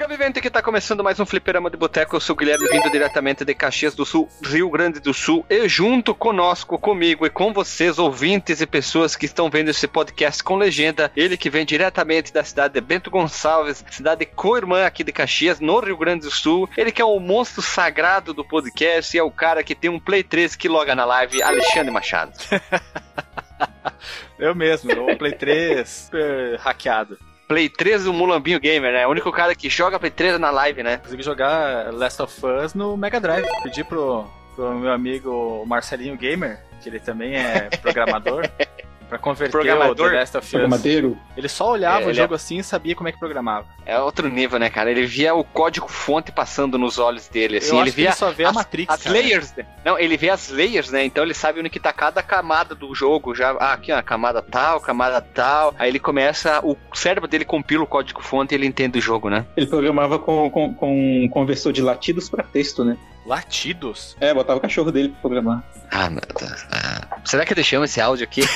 Sobrevivente, que tá começando mais um Fliperama de Boteco. Eu sou o Guilherme, vindo diretamente de Caxias do Sul, Rio Grande do Sul. E junto conosco, comigo e com vocês, ouvintes e pessoas que estão vendo esse podcast com legenda, ele que vem diretamente da cidade de Bento Gonçalves, cidade co-irmã aqui de Caxias, no Rio Grande do Sul. Ele que é o monstro sagrado do podcast e é o cara que tem um Play 3 que loga na live, Alexandre Machado. Eu mesmo, o Play 3 super hackeado. Play 3 do Mulambinho Gamer, né? O único cara que joga Play 3 na live, né? Consegui jogar Last of Us no Mega Drive. Pedi pro meu amigo Marcelinho Gamer, que ele também é programador, pra converter o The Last of Us. Programadeiro. Ele só olhava o jogo assim e sabia como é que programava. É outro nível, né, cara? Ele via o código-fonte passando nos olhos dele, assim. Eu ele acho via que ele só vê a Matrix, as layers. Não, ele vê as layers, né? Então ele sabe onde que tá cada camada do jogo. Já, aqui, ó, camada tal. Aí ele começa, o cérebro dele compila o código-fonte e ele entende o jogo, né? Ele programava com um conversor de latidos pra texto, né? Latidos? É, botava o cachorro dele pra programar. Ah, meu Deus. Será que deixamos esse áudio aqui?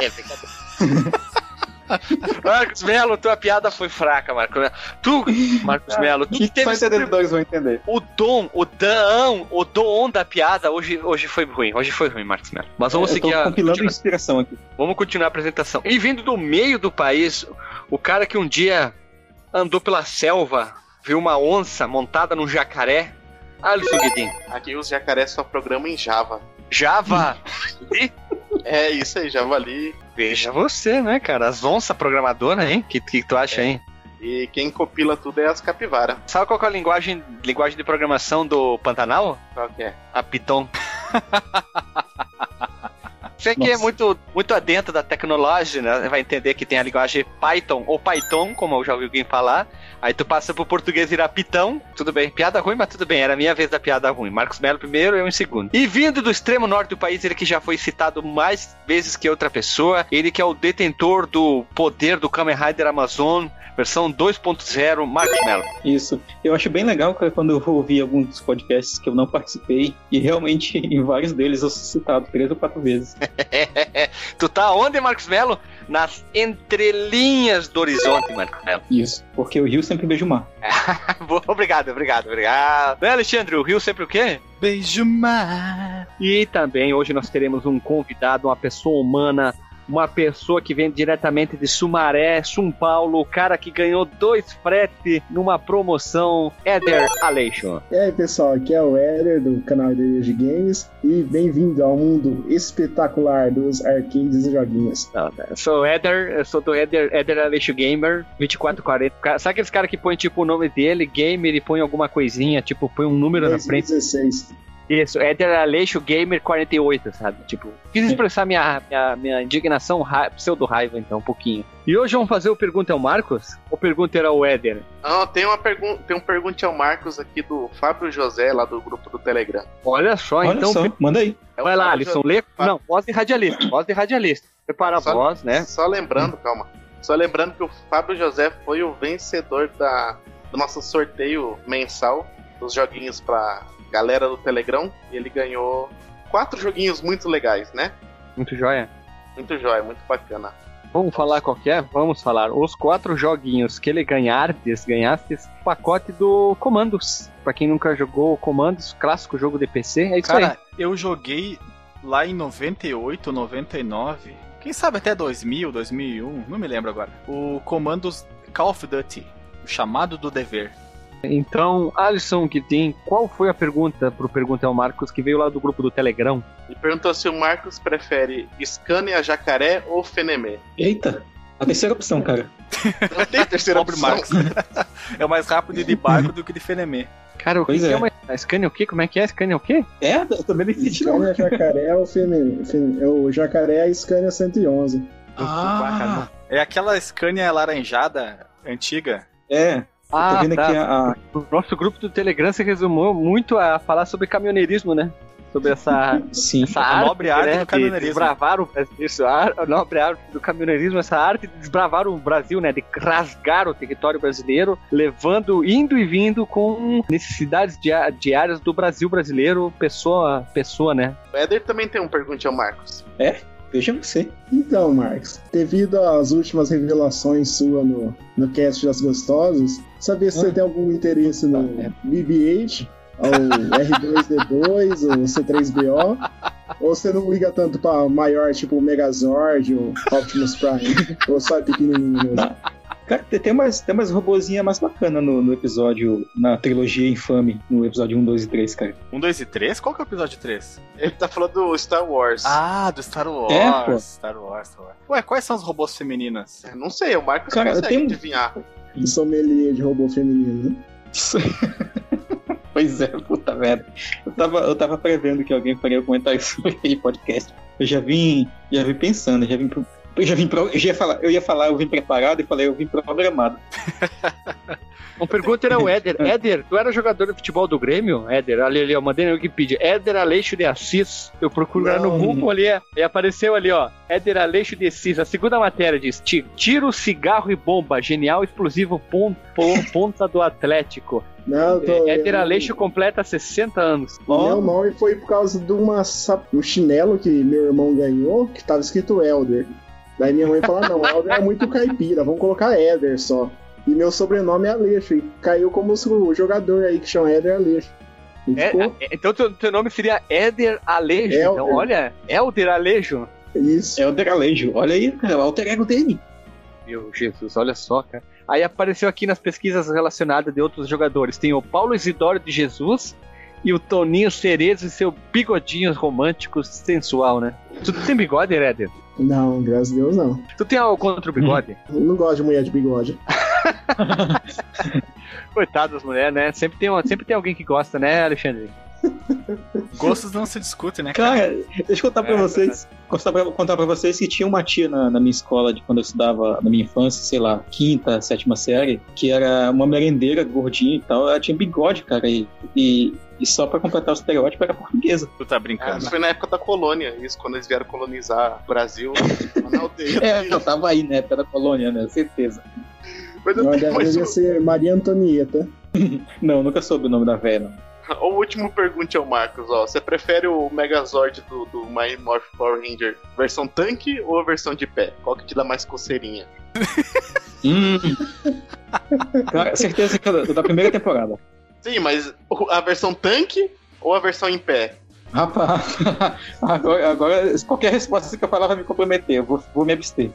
Marcos Melo, tua piada foi fraca, Marcos Melo. Tu teve só entendedores vão entender. O dom da piada hoje foi ruim. Hoje foi ruim, Marcos Melo. Mas vamos seguir a compilando inspiração aqui. Vamos continuar a apresentação. E vindo do meio do país, o cara que um dia andou pela selva, viu uma onça montada num jacaré. Alisson Guedin. Aqui os jacarés só programam em Java. Java? É isso aí, Javali. Veja você, né, cara? As onças programadoras, hein? Que tu acha, hein? E quem compila tudo é as capivara. Sabe qual que é a linguagem de programação do Pantanal? Qual que é? A Python. Você que é muito adentro da tecnologia, né? Vai entender que tem a linguagem Python ou Python, como eu já ouvi alguém falar. Aí tu passa pro português virar Pitão. Tudo bem, piada ruim, mas tudo bem. Era a minha vez da piada ruim. Marcos Melo primeiro, eu em segundo. E vindo do extremo norte do país, ele que já foi citado mais vezes que outra pessoa. Ele que é o detentor do poder do Kamen Rider Amazon, versão 2.0, Marcos Melo. Isso. Eu acho bem legal quando eu ouvi alguns podcasts que eu não participei, e realmente em vários deles eu sou citado 3 ou 4 vezes. Tu tá onde, Marcos Melo? Nas entrelinhas do horizonte, Marcos Melo. Isso, porque o rio sempre beija o mar. Obrigado. Né, Alexandre, o rio sempre o quê? Beijo mar. E também hoje nós teremos um convidado, uma pessoa humana, uma pessoa que vem diretamente de Sumaré, São Paulo, o cara que ganhou 2 fretes numa promoção, Éder Aleixo. E aí, pessoal, aqui é o Éder do canal de Games e bem-vindo ao mundo espetacular dos arcades e joguinhos. Eu sou do Éder Aleixo Gamer 2440. Sabe aqueles caras que põem tipo o nome dele, gamer, e põe alguma coisinha, tipo põe um número 2016. na frente? Isso, Éder Aleixo Gamer 48, sabe? Tipo, quis expressar minha indignação, pseudo raiva, então, um pouquinho. E hoje vamos fazer o Pergunta ao Marcos? Ou Pergunta era ao Éder? Não, tem um Pergunta ao Marcos aqui do Fábio José, lá do grupo do Telegram. Olha só, então. Manda aí. Vai lá, Alisson, lê. Não, voz de radialista. Prepara a voz, né? Só lembrando que o Fábio José foi o vencedor do nosso sorteio mensal dos joguinhos pra galera do Telegram, e ele ganhou 4 joguinhos muito legais, né? Muito joia, muito bacana. Vamos falar qual que é? Vamos falar. Os 4 joguinhos que ele ganhaste pacote do Comandos. Pra quem nunca jogou Comandos, clássico jogo de PC, é isso. Cara, aí. Eu joguei lá em 98, 99, quem sabe até 2000, 2001, não me lembro agora. O Comandos Call of Duty, o chamado do dever. Então, Alisson Guedin, qual foi a pergunta pro Pergunta ao Marcos que veio lá do grupo do Telegram? Ele perguntou se o Marcos prefere Scania, Jacaré ou Fenemé. Eita, a terceira opção, cara. Não tem terceira opção. Marcos. É mais rápido de barco do que de Fenemé. Cara, o que é uma Scania o quê? Como é que é? Scania o quê? Eu também não entendi não. Scania, Jacaré ou Fenemé. O Jacaré é a Scania 111. É aquela Scania laranjada antiga? É. Tô vendo aqui o nosso grupo do Telegram se resumiu muito a falar sobre caminhoneirismo, né? Sobre essa, sim, essa arte, nobre arte, né, do caminhoneirismo. De desbravar a nobre arte do caminhoneirismo, essa arte de desbravar o Brasil, né? De rasgar o território brasileiro, indo e vindo com necessidades diárias do Brasil brasileiro, pessoa, né? O Éder também tem um Pergunte ao Marcos. É? Veja você. Então, Marcos, devido às últimas revelações suas no cast das gostosas, saber se você tem algum interesse no BB-8, ou R2-D2, ou C3BO, ou você não liga tanto pra maior, tipo Megazord ou Optimus Prime, ou só é pequenininho mesmo? Cara, tem umas robozinhas mais bacanas no episódio, na trilogia infame, no episódio 1, 2 e 3, cara. 1, 2 e 3? Qual que é o episódio 3? Ele tá falando do Star Wars. Ah, do Star Wars. Pô. Star Wars. Ué, quais são as robôs femininas? Eu não sei, o Marcos Cara, consegue tem um- adivinhar. Sommelier de robô feminino. Pois é, puta merda. Eu tava prevendo que alguém faria um comentário sobre aquele podcast. Eu já vim pensando, eu vim preparado e falei, eu vim programado. Uma pergunta era o Éder. Éder, tu era jogador de futebol do Grêmio? Éder, ali, eu mandei na Wikipedia. Éder Aleixo de Assis. Eu procuro lá no Google ali, e apareceu ali, ó. Éder Aleixo de Assis. A segunda matéria diz: tiro, cigarro e bomba. Genial, explosivo, ponta do Atlético. Não, Éder Aleixo completa 60 anos. Meu nome foi por causa de um chinelo que meu irmão ganhou, que tava escrito Elder. Daí minha mãe falou, não, Elder é muito caipira, vamos colocar Éder só. E meu sobrenome é Aleixo, e caiu como o jogador aí que chama Éder Aleixo. E ficou Então teu nome seria Éder Alejo. Elder. Então, olha, Éder Alejo. isso. É o Deralejo. Olha aí, cara, o alter ego dele. Meu Jesus, olha só, cara. Aí apareceu aqui nas pesquisas relacionadas de outros jogadores. Tem o Paulo Isidoro de Jesus e o Toninho Cerezo e seu bigodinho romântico sensual, né? Tu tem bigode, Éder? Não, graças a Deus não. Tu tem algo contra o bigode? Eu não gosto de mulher de bigode. Coitado das mulheres, né? Sempre tem alguém que gosta, né, Alexandre? Gostos não se discutem, né, cara? Cara, deixa eu contar pra vocês. Contar pra vocês que tinha uma tia na minha escola, quando eu estudava na minha infância, sei lá, 5ª, 7ª série, que era uma merendeira gordinha e tal. Ela tinha bigode, cara, e só pra completar o estereótipo era portuguesa. Tu tá Ah, brincando. isso foi na época da colônia, isso, quando eles vieram colonizar o Brasil, na aldeia. Eu tava aí, né, pela colônia, né, certeza. Mas eu Não, tenho mais deveria ser Maria Antonieta. Não, nunca soube o nome da velha. O último pergunte ao Marcos, ó. Você prefere o Megazord do My Morph Power Ranger versão tanque ou a versão de pé? Qual que te dá mais coceirinha? Cara, certeza que é da primeira temporada. Sim, mas a versão tanque ou a versão em pé? Rapaz, agora qualquer resposta que eu falar vai me comprometer, eu vou me abster.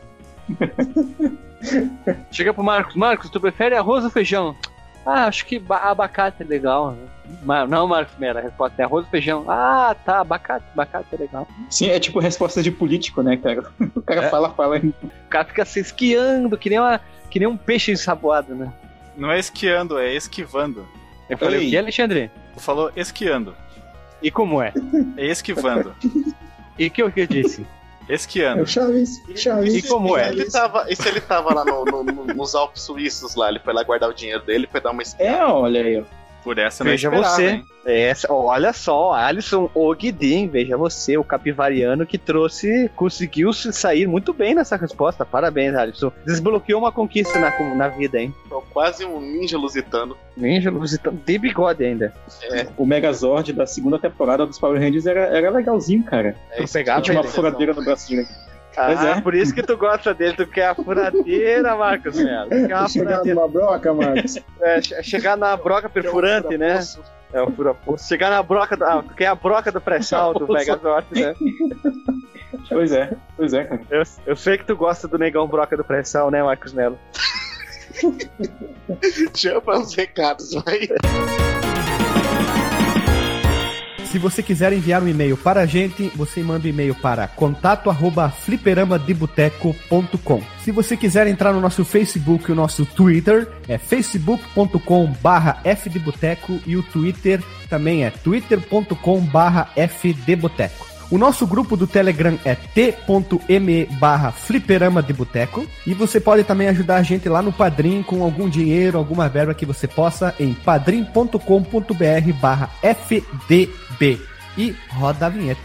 Chega pro Marcos. Marcos, tu prefere arroz ou feijão? Ah, acho que abacate é legal. Não, Marcos Mera, a resposta é arroz ou feijão. Ah, tá, abacate é legal. Sim, é tipo resposta de político, né, cara? O cara fala. O cara fica se esquiando, que nem um peixe ensaboado, né? Não é esquiando, é esquivando. Eu falei, Ei. o que, Alexandre? Tu falou esquiando. E como é? É esquivando. E o que eu disse? É Esquiando. o Chaves. E como é? E se ele tava lá nos Alpes Suíços lá, ele foi lá guardar o dinheiro dele, foi dar uma esquiada. Olha aí, ó. Por essa eu não Veja esperava, você. hein? Olha só, Alisson Ogdin, veja você, o capivariano que conseguiu se sair muito bem nessa resposta. Parabéns, Alisson. Desbloqueou uma conquista na vida, hein? Tô quase um ninja lusitano. Ninja Lusitano de bigode ainda. O Megazord da segunda temporada dos Power Rangers era legalzinho, cara. Tu isso pegava que Tinha uma ele. furadeira no braço direito. Pois é. Por isso que tu gosta dele, tu quer a furadeira, Marcos Melo. Tu quer uma Chegar furadeira. numa broca, Marcos. Chegar na broca perfurante, né? É o fura-poço. Chegar na broca tu quer a broca do pré-sal do Megazord, né? Pois é, cara. Eu sei que tu gosta do negão broca do pré-sal, né, Marcos Melo? Chama os recados, vai. Se você quiser enviar um e-mail para a gente, você manda um e-mail para contato@fliperamadeboteco.com. Se você quiser entrar no nosso Facebook e o nosso Twitter, é facebook.com/fdeboteco e o Twitter também é twitter.com/fdeboteco. O nosso grupo do Telegram é t.me/fliperamadeboteco e você pode também ajudar a gente lá no Padrim com algum dinheiro, alguma verba que você possa em padrim.com.br/fdb. E roda a vinheta.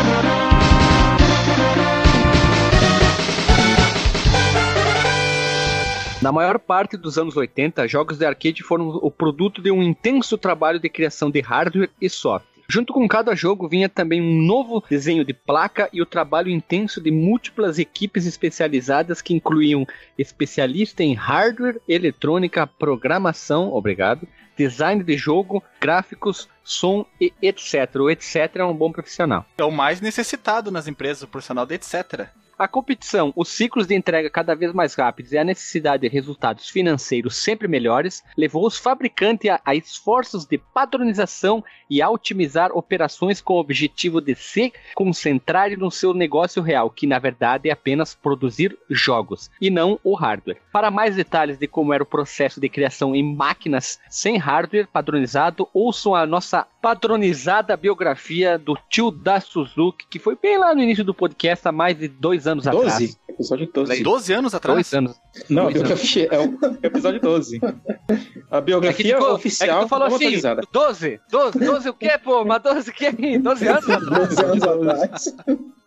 Na maior parte dos anos 80, jogos de arcade foram o produto de um intenso trabalho de criação de hardware e software. Junto com cada jogo vinha também um novo desenho de placa e o trabalho intenso de múltiplas equipes especializadas que incluíam especialista em hardware, eletrônica, programação, design de jogo, gráficos, som e etc. O etc é um bom profissional. É o mais necessitado nas empresas, o profissional de etc. A competição, os ciclos de entrega cada vez mais rápidos e a necessidade de resultados financeiros sempre melhores levou os fabricantes a esforços de padronização e a otimizar operações com o objetivo de se concentrarem no seu negócio real, que na verdade é apenas produzir jogos e não o hardware. Para mais detalhes de como era o processo de criação em máquinas sem hardware padronizado, ouçam a nossa padronizada biografia do tio da Suzuki, que foi bem lá no início do podcast há mais de 2 anos 12? atrás. Episódio 12. 12 anos atrás? 2 anos. Não, a biografia é o episódio 12. A biografia oficial tu falou não assim, atualizada. 12 o quê, pô? Mas 12 o quê? 12 anos atrás. 12 anos atrás.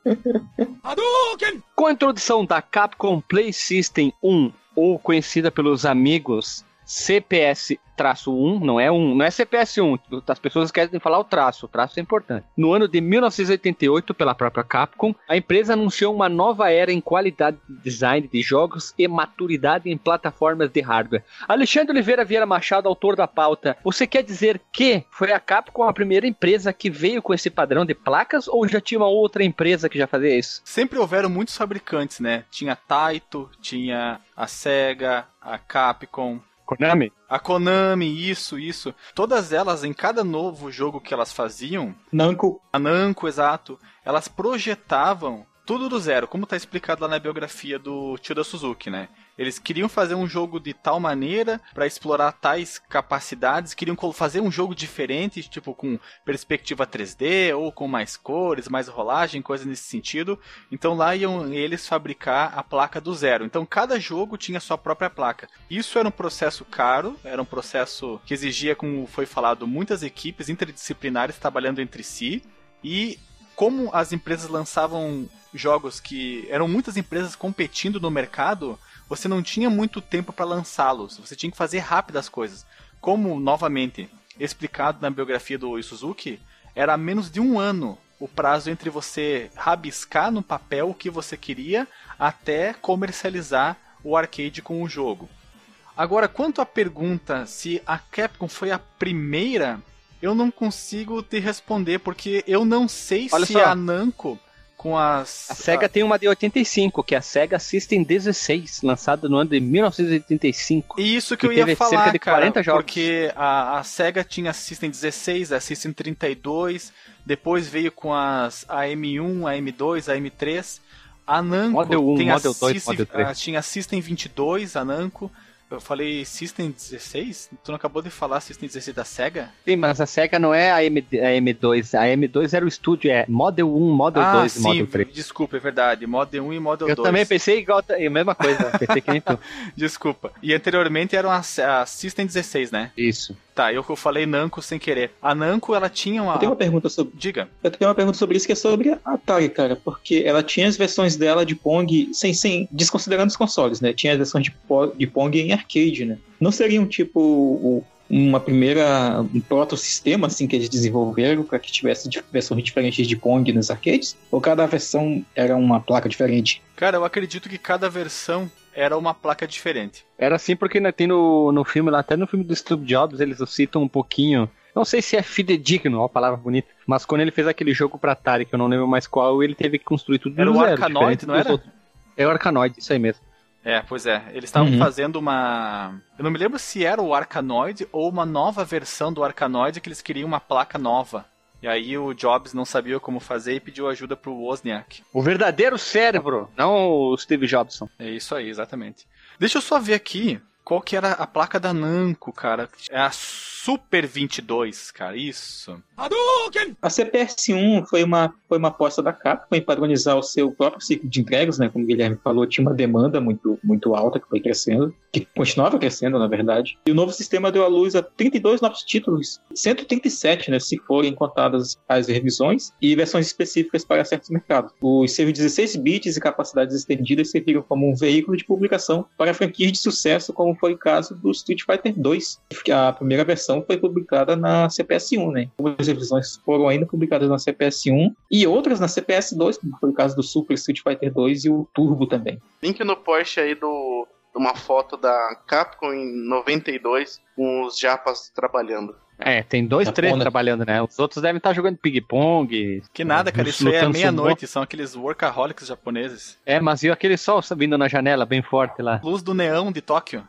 Com a introdução da Capcom Play System 1, ou conhecida pelos amigos CPS-1, não é CPS-1, as pessoas querem falar o traço é importante. No ano de 1988, pela própria Capcom, a empresa anunciou uma nova era em qualidade de design de jogos e maturidade em plataformas de hardware. Alexandre Oliveira Vieira Machado, autor da pauta, você quer dizer que foi a Capcom a primeira empresa que veio com esse padrão de placas, ou já tinha uma outra empresa que já fazia isso? Sempre houveram muitos fabricantes, né? Tinha a Taito, tinha a Sega, a Capcom, Konami? A Konami, isso. Todas elas, em cada novo jogo que elas faziam... A Namco, exato. Elas projetavam tudo do zero, como está explicado lá na biografia do tio da Suzuki, né? Eles queriam fazer um jogo de tal maneira para explorar tais capacidades, queriam fazer um jogo diferente, tipo com perspectiva 3D ou com mais cores, mais rolagem, coisa nesse sentido. Então lá iam eles fabricar a placa do zero. Então cada jogo tinha sua própria placa. Isso era um processo caro, era um processo que exigia, como foi falado, muitas equipes interdisciplinares trabalhando entre si. E como as empresas lançavam jogos que eram muitas empresas competindo no mercado, você não tinha muito tempo para lançá-los, você tinha que fazer rápido as coisas. Como, novamente, explicado na biografia do Suzuki, era menos de 1 ano o prazo entre você rabiscar no papel o que você queria até comercializar o arcade com o jogo. Agora, quanto à pergunta se a Capcom foi a primeira, eu não consigo te responder, porque eu não sei se a Namco... A SEGA tem uma de 85, que é a SEGA System 16, lançada no ano de 1985. E isso que eu ia falar, cerca de 40 jogos. Porque a SEGA tinha a System 16, a System 32, depois veio com as AM1, AM2, AM3. A Namco Model 1, tem Model 2, System, Model 3. Tinha a System 22, a Namco. Eu falei System 16? Tu não acabou de falar System 16 da SEGA? Sim, mas a SEGA não é a M2. A M2 era o estúdio, é Model 1, Model 2 e Model 3. Desculpa, é verdade. Model 1 e Model 2. Eu também pensei igual, a mesma coisa. Pensei que nem tu. Desculpa. E anteriormente era a System 16, né? Isso. Tá, eu falei Namco sem querer. A Namco, ela tinha uma... Eu tenho uma pergunta sobre... Diga. Eu tenho uma pergunta sobre isso, que é sobre a Atari, cara. Porque ela tinha as versões dela de Pong, desconsiderando os consoles, né? Tinha as versões de Pong em arcade, né? Não seria um um proto-sistema, assim, que eles desenvolveram para que tivesse versões diferentes de Pong nos arcades? Ou cada versão era uma placa diferente? Cara, eu acredito que cada versão era uma placa diferente. Era assim porque tem no filme, lá até no filme do Steve Jobs, eles citam um pouquinho... Não sei se é fidedigno, uma palavra bonita, mas quando ele fez aquele jogo pra Atari, que eu não lembro mais qual, ele teve que construir tudo do zero. Era o Arkanoid, não era? É o Arkanoid, isso aí mesmo. É, pois é. Eles estavam fazendo uma... Eu não me lembro se era o Arkanoid ou uma nova versão do Arkanoid, que eles queriam uma placa nova. E aí o Jobs não sabia como fazer e pediu ajuda pro Wozniak. O verdadeiro cérebro, não o Steve Jobson. É isso aí, exatamente. Deixa eu só ver aqui qual que era a placa da Namco, cara. É a Super 22, cara, isso. A CPS-1 foi uma aposta da Capcom em padronizar o seu próprio ciclo de entregas, né? Como o Guilherme falou, tinha uma demanda muito alta que foi crescendo, que continuava crescendo, na verdade. E o novo sistema deu à luz a 32 novos títulos, 137, né? Se forem contadas as revisões, e versões específicas para certos mercados. Os seus 16 bits e capacidades estendidas serviram como um veículo de publicação para franquias de sucesso, como foi o caso do Street Fighter 2. A primeira versão revisão foi publicada na CPS-1, né? Algumas revisões foram ainda publicadas na CPS-1 e outras na CPS-2, como foi o caso do Super Street Fighter 2 e o Turbo também. Link no post aí de uma foto da Capcom em 92 com os japas trabalhando. Tem 2, 3 trabalhando, né? Os outros devem estar jogando ping-pong. Que nada, cara, isso aí é meia-noite, são aqueles workaholics japoneses. Mas e aquele sol vindo na janela bem forte lá? Luz do neão de Tóquio.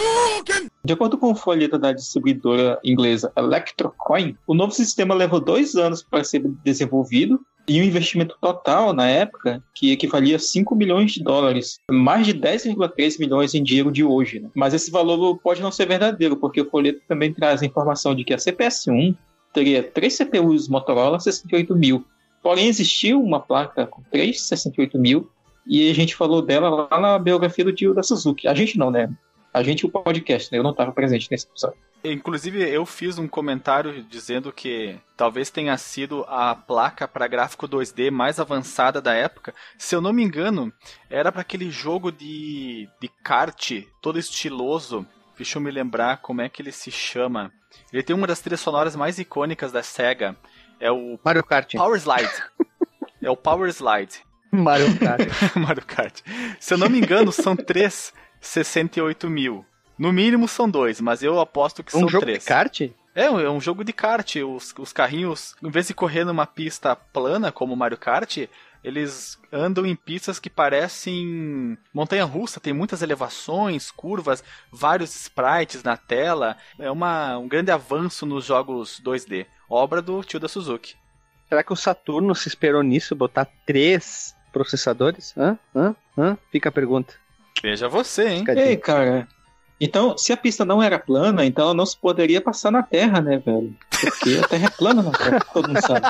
De acordo com o folheto da distribuidora inglesa Electrocoin, o novo sistema levou 2 anos para ser desenvolvido e um investimento total, na época, que equivalia a $5 milhões, mais de 10,3 milhões em dinheiro de hoje. Né? Mas esse valor pode não ser verdadeiro, porque o folheto também traz a informação de que a CPS-1 teria 3 CPUs Motorola 68000. Porém, existiu uma placa com 3 68000 e a gente falou dela lá na biografia do tio da Suzuki. A gente não, né? A gente o podcast, né? Eu não estava presente nesse episódio. Inclusive, eu fiz um comentário dizendo que talvez tenha sido a placa para gráfico 2D mais avançada da época. Se eu não me engano, era para aquele jogo de kart todo estiloso. Deixa eu me lembrar como é que ele se chama. Ele tem uma das trilhas sonoras mais icônicas da SEGA. É o Mario Kart. Power Slide. É o Power Slide. Mario Kart. Mario Kart. Se eu não me engano, são 3 68.000. No mínimo são 2, mas eu aposto que são 3. Um jogo de kart? É um jogo de kart. Os carrinhos, em vez de correr numa pista plana, como o Mario Kart, eles andam em pistas que parecem montanha-russa. Tem muitas elevações, curvas, vários sprites na tela. É um grande avanço nos jogos 2D. Obra do tio da Suzuki. Será que o Saturno se esperou nisso, botar 3 processadores? Fica a pergunta. Veja você, hein? Ei, cara. Então, se a pista não era plana, então ela não se poderia passar na Terra, né, velho? Porque a Terra é plana na Terra, todo mundo sabe.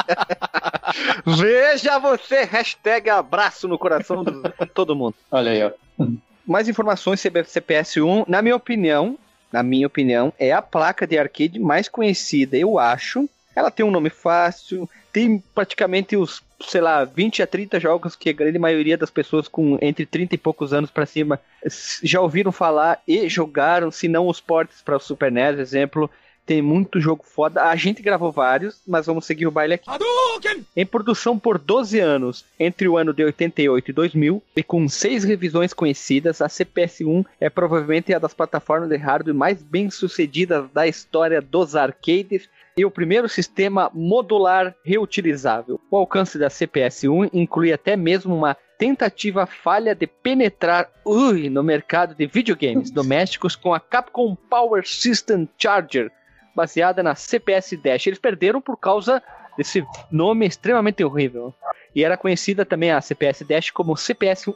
Veja você, hashtag abraço no coração de todo mundo. Olha aí, ó. Mais informações sobre a CPS-1, na minha opinião, é a placa de arcade mais conhecida, eu acho. Ela tem um nome fácil, tem praticamente os, 20 a 30 jogos que a grande maioria das pessoas com entre 30 e poucos anos pra cima já ouviram falar e jogaram, se não os ports para o Super NES, exemplo. Tem muito jogo foda. A gente gravou vários, mas vamos seguir o baile aqui. Em produção por 12 anos, entre o ano de 88 e 2000, e com 6 revisões conhecidas, a CPS-1 é provavelmente a das plataformas de hardware mais bem-sucedidas da história dos arcades, e o primeiro sistema modular reutilizável. O alcance da CPS-1 inclui até mesmo uma tentativa falha de penetrar no mercado de videogames domésticos com a Capcom Power System Charger, baseada na CPS Dash. Eles perderam por causa desse nome extremamente horrível. E era conhecida também a CPS Dash como CPS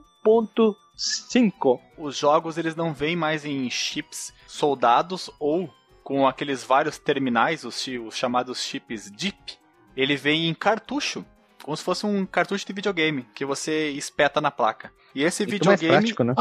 1.5. Os jogos eles não vêm mais em chips soldados ou com aqueles vários terminais, os chamados chips DIP. Ele vem em cartucho, como se fosse um cartucho de videogame, que você espeta na placa. E esse videogame... mais prático, né?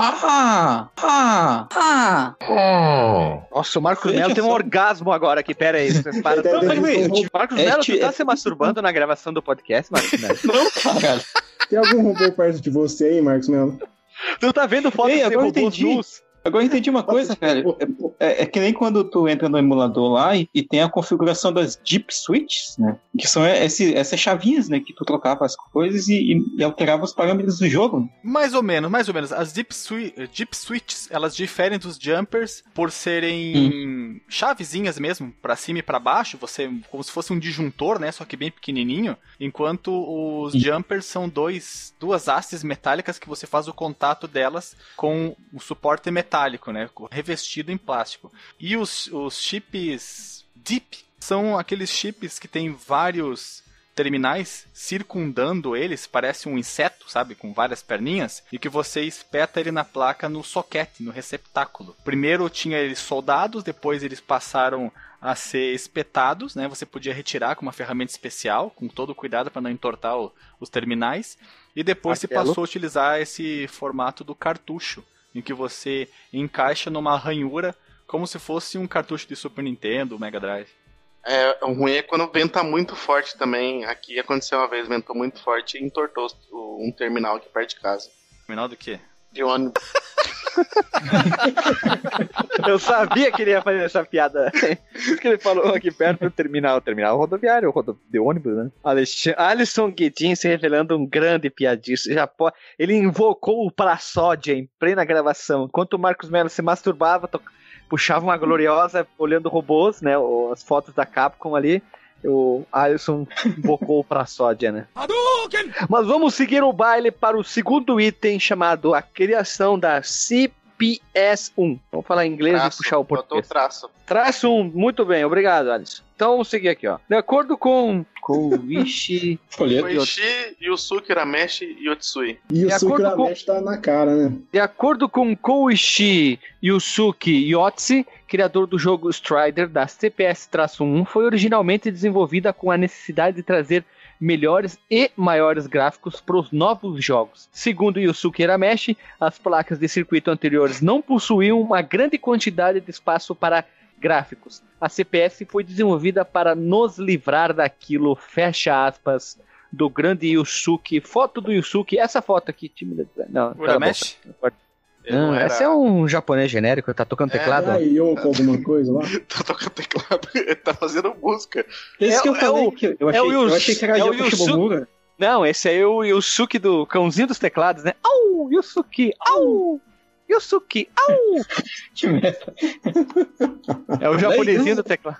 Nossa, o Marcos Melo tem um orgasmo agora aqui, pera aí. Marcos Melo, tu tá se masturbando na gravação do podcast, Marcos Melo? Não, cara. Tem algum robô perto de você aí, Marcos Melo? Tu tá vendo fotos de robôs nus? Agora eu entendi uma coisa, cara. É que nem quando tu entra no emulador lá e tem a configuração das Deep Switches, né? Que são essas chavinhas, né? Que tu trocava as coisas e alterava os parâmetros do jogo. Mais ou menos. As Deep Switches, elas diferem dos Jumpers por serem chavezinhas mesmo, pra cima e pra baixo, como se fosse um disjuntor, né? Só que bem pequenininho. Enquanto os Jumpers são duas hastes metálicas que você faz o contato delas com o suporte metálico, né, revestido em plástico. E os chips DIP são aqueles chips que tem vários terminais circundando eles, parece um inseto, sabe, com várias perninhas, e que você espeta ele na placa no soquete, no receptáculo. Primeiro tinha eles soldados, depois eles passaram a ser espetados, né? Você podia retirar com uma ferramenta especial, com todo o cuidado para não entortar os terminais, e depois se passou a utilizar esse formato do cartucho, em que você encaixa numa ranhura como se fosse um cartucho de Super Nintendo, Mega Drive. O ruim é quando venta muito forte também. Aqui aconteceu uma vez, ventou muito forte e entortou um terminal aqui perto de casa. Terminal do quê? De ônibus. Eu sabia que ele ia fazer essa piada. Isso que ele falou aqui perto do terminal rodoviário, de ônibus, né? Alisson Guedin se revelando um grande piadista. Ele invocou o Praçódia em plena gravação. Enquanto o Marcos Mello se masturbava, puxava uma gloriosa olhando robôs, né? As fotos da Capcom ali. O Alisson invocou o Praçódia, né? Mas vamos seguir o baile para o segundo item, chamado a criação da CPS-1. Vamos falar em inglês e puxar o português. Traço 1, muito bem, obrigado, Alisson. Então vamos seguir aqui, ó. De acordo com Koichi Yusuke Urameshi Yotsui. Yusuke Urameshi tá na cara, né? De acordo com Koichi Yusuke Yotsi, criador do jogo Strider da CPS-1, foi originalmente desenvolvida com a necessidade de trazer melhores e maiores gráficos para os novos jogos. Segundo Yusuke Urameshi, as placas de circuito anteriores não possuíam uma grande quantidade de espaço para gráficos. A CPS foi desenvolvida para nos livrar daquilo, fecha aspas, do grande Yusuke. Foto do Yusuke, essa foto aqui, tímida. Não, Urameshi? Não, esse é um japonês genérico, tá tocando teclado. Com alguma coisa lá? Tá tocando teclado, ele tá fazendo música. Esse que eu falei, eu achei que era o Yusuke. Não, esse é o Yusuke do cãozinho dos teclados, né? Au, Yusuke, au! Yusuke, au! É o japonesinho do teclado.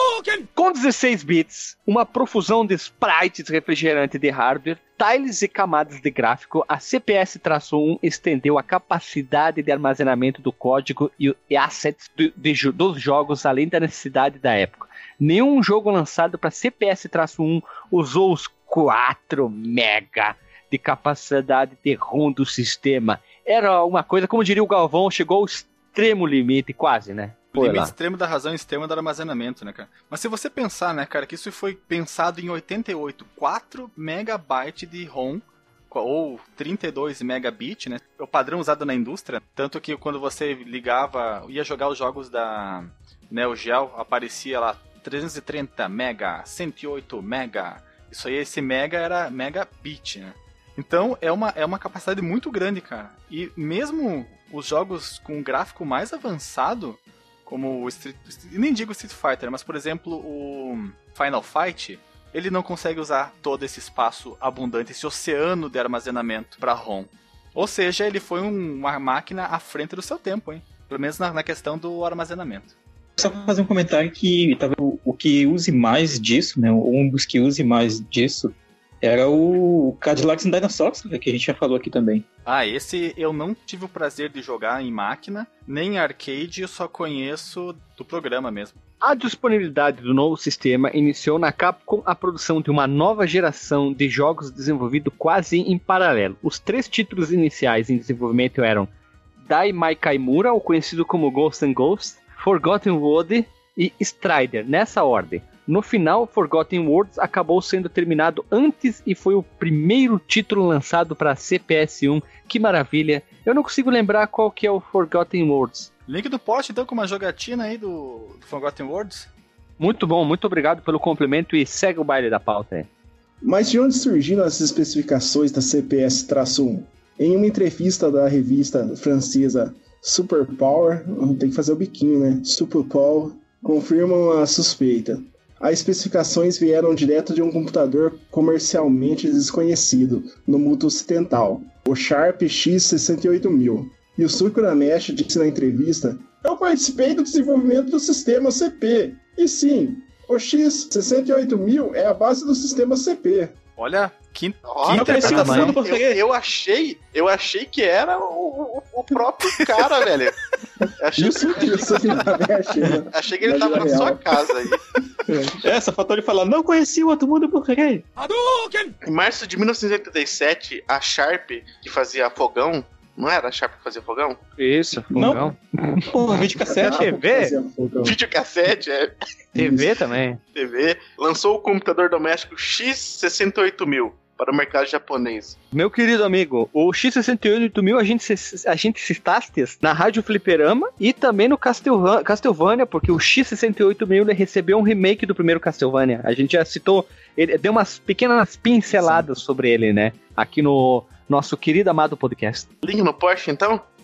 Com 16 bits, uma profusão de sprites refrigerante de hardware, tiles e camadas de gráfico, a CPS-1 estendeu a capacidade de armazenamento do código e assets dos jogos além da necessidade da época. Nenhum jogo lançado para CPS-1 usou os 4 MB de capacidade de ROM do sistema. Era uma coisa, como diria o Galvão, chegou ao extremo limite, quase, né? O limite extremo da razão extrema do armazenamento, né, cara? Mas se você pensar, né, cara, que isso foi pensado em 88, 4 MB de ROM, ou 32 megabit, né? É o padrão usado na indústria. Tanto que quando você ia jogar os jogos da Neo Geo, aparecia lá 330 mega, 108 mega. Isso aí, esse mega era megabit, né? Então, é uma capacidade muito grande, cara. E mesmo os jogos com gráfico mais avançado, como nem digo Street Fighter, mas, por exemplo, o Final Fight, ele não consegue usar todo esse espaço abundante, esse oceano de armazenamento para ROM. Ou seja, ele foi uma máquina à frente do seu tempo, hein? Pelo menos na questão do armazenamento. Só para fazer um comentário que talvez o que use mais disso, né? Um dos que use mais disso era o Cadillacs and Dinosaurs, que a gente já falou aqui também. Esse eu não tive o prazer de jogar em máquina, nem em arcade, eu só conheço do programa mesmo. A disponibilidade do novo sistema iniciou na Capcom a produção de uma nova geração de jogos desenvolvidos quase em paralelo. Os 3 títulos iniciais em desenvolvimento eram Dai Mai Kaimura, ou conhecido como Ghost and Ghost, Forgotten World e Strider, nessa ordem. No final, Forgotten Worlds acabou sendo terminado antes e foi o primeiro título lançado para CPS-1. Que maravilha! Eu não consigo lembrar qual que é o Forgotten Worlds. Link do post, então, com uma jogatina aí do Forgotten Worlds. Muito bom, muito obrigado pelo complemento e segue o baile da pauta aí. Mas de onde surgiram as especificações da CPS-1? Em uma entrevista da revista francesa Super Power, tem que fazer o biquinho, né? Super Power, confirmam a suspeita. As especificações vieram direto de um computador comercialmente desconhecido no mundo ocidental, o Sharp X68000. E o Yusuke Urameshi disse na entrevista: "Eu participei do desenvolvimento do sistema CP. E sim, o X68000 é a base do sistema CP." Olha, que interpretação. Eu achei que era o próprio cara, velho. Achei que ele tava na sua casa aí. Essa faltou ele falar: "Não conheci o outro mundo por quê?" Em março de 1987, a Sharp, que fazia fogão, não era a Sharp que fazia fogão? Isso, fogão. Porra, videocassete. TV? Videocassete, é. TV também. TV. Lançou o computador doméstico X68000 para o mercado japonês. Meu querido amigo, o X68000 a gente citaste na Rádio Fliperama e também no Castlevania, porque o X68000 recebeu um remake do primeiro Castlevania. A gente já citou, ele deu umas pequenas pinceladas sobre ele, né? Aqui no nosso querido amado podcast. Link no post, então?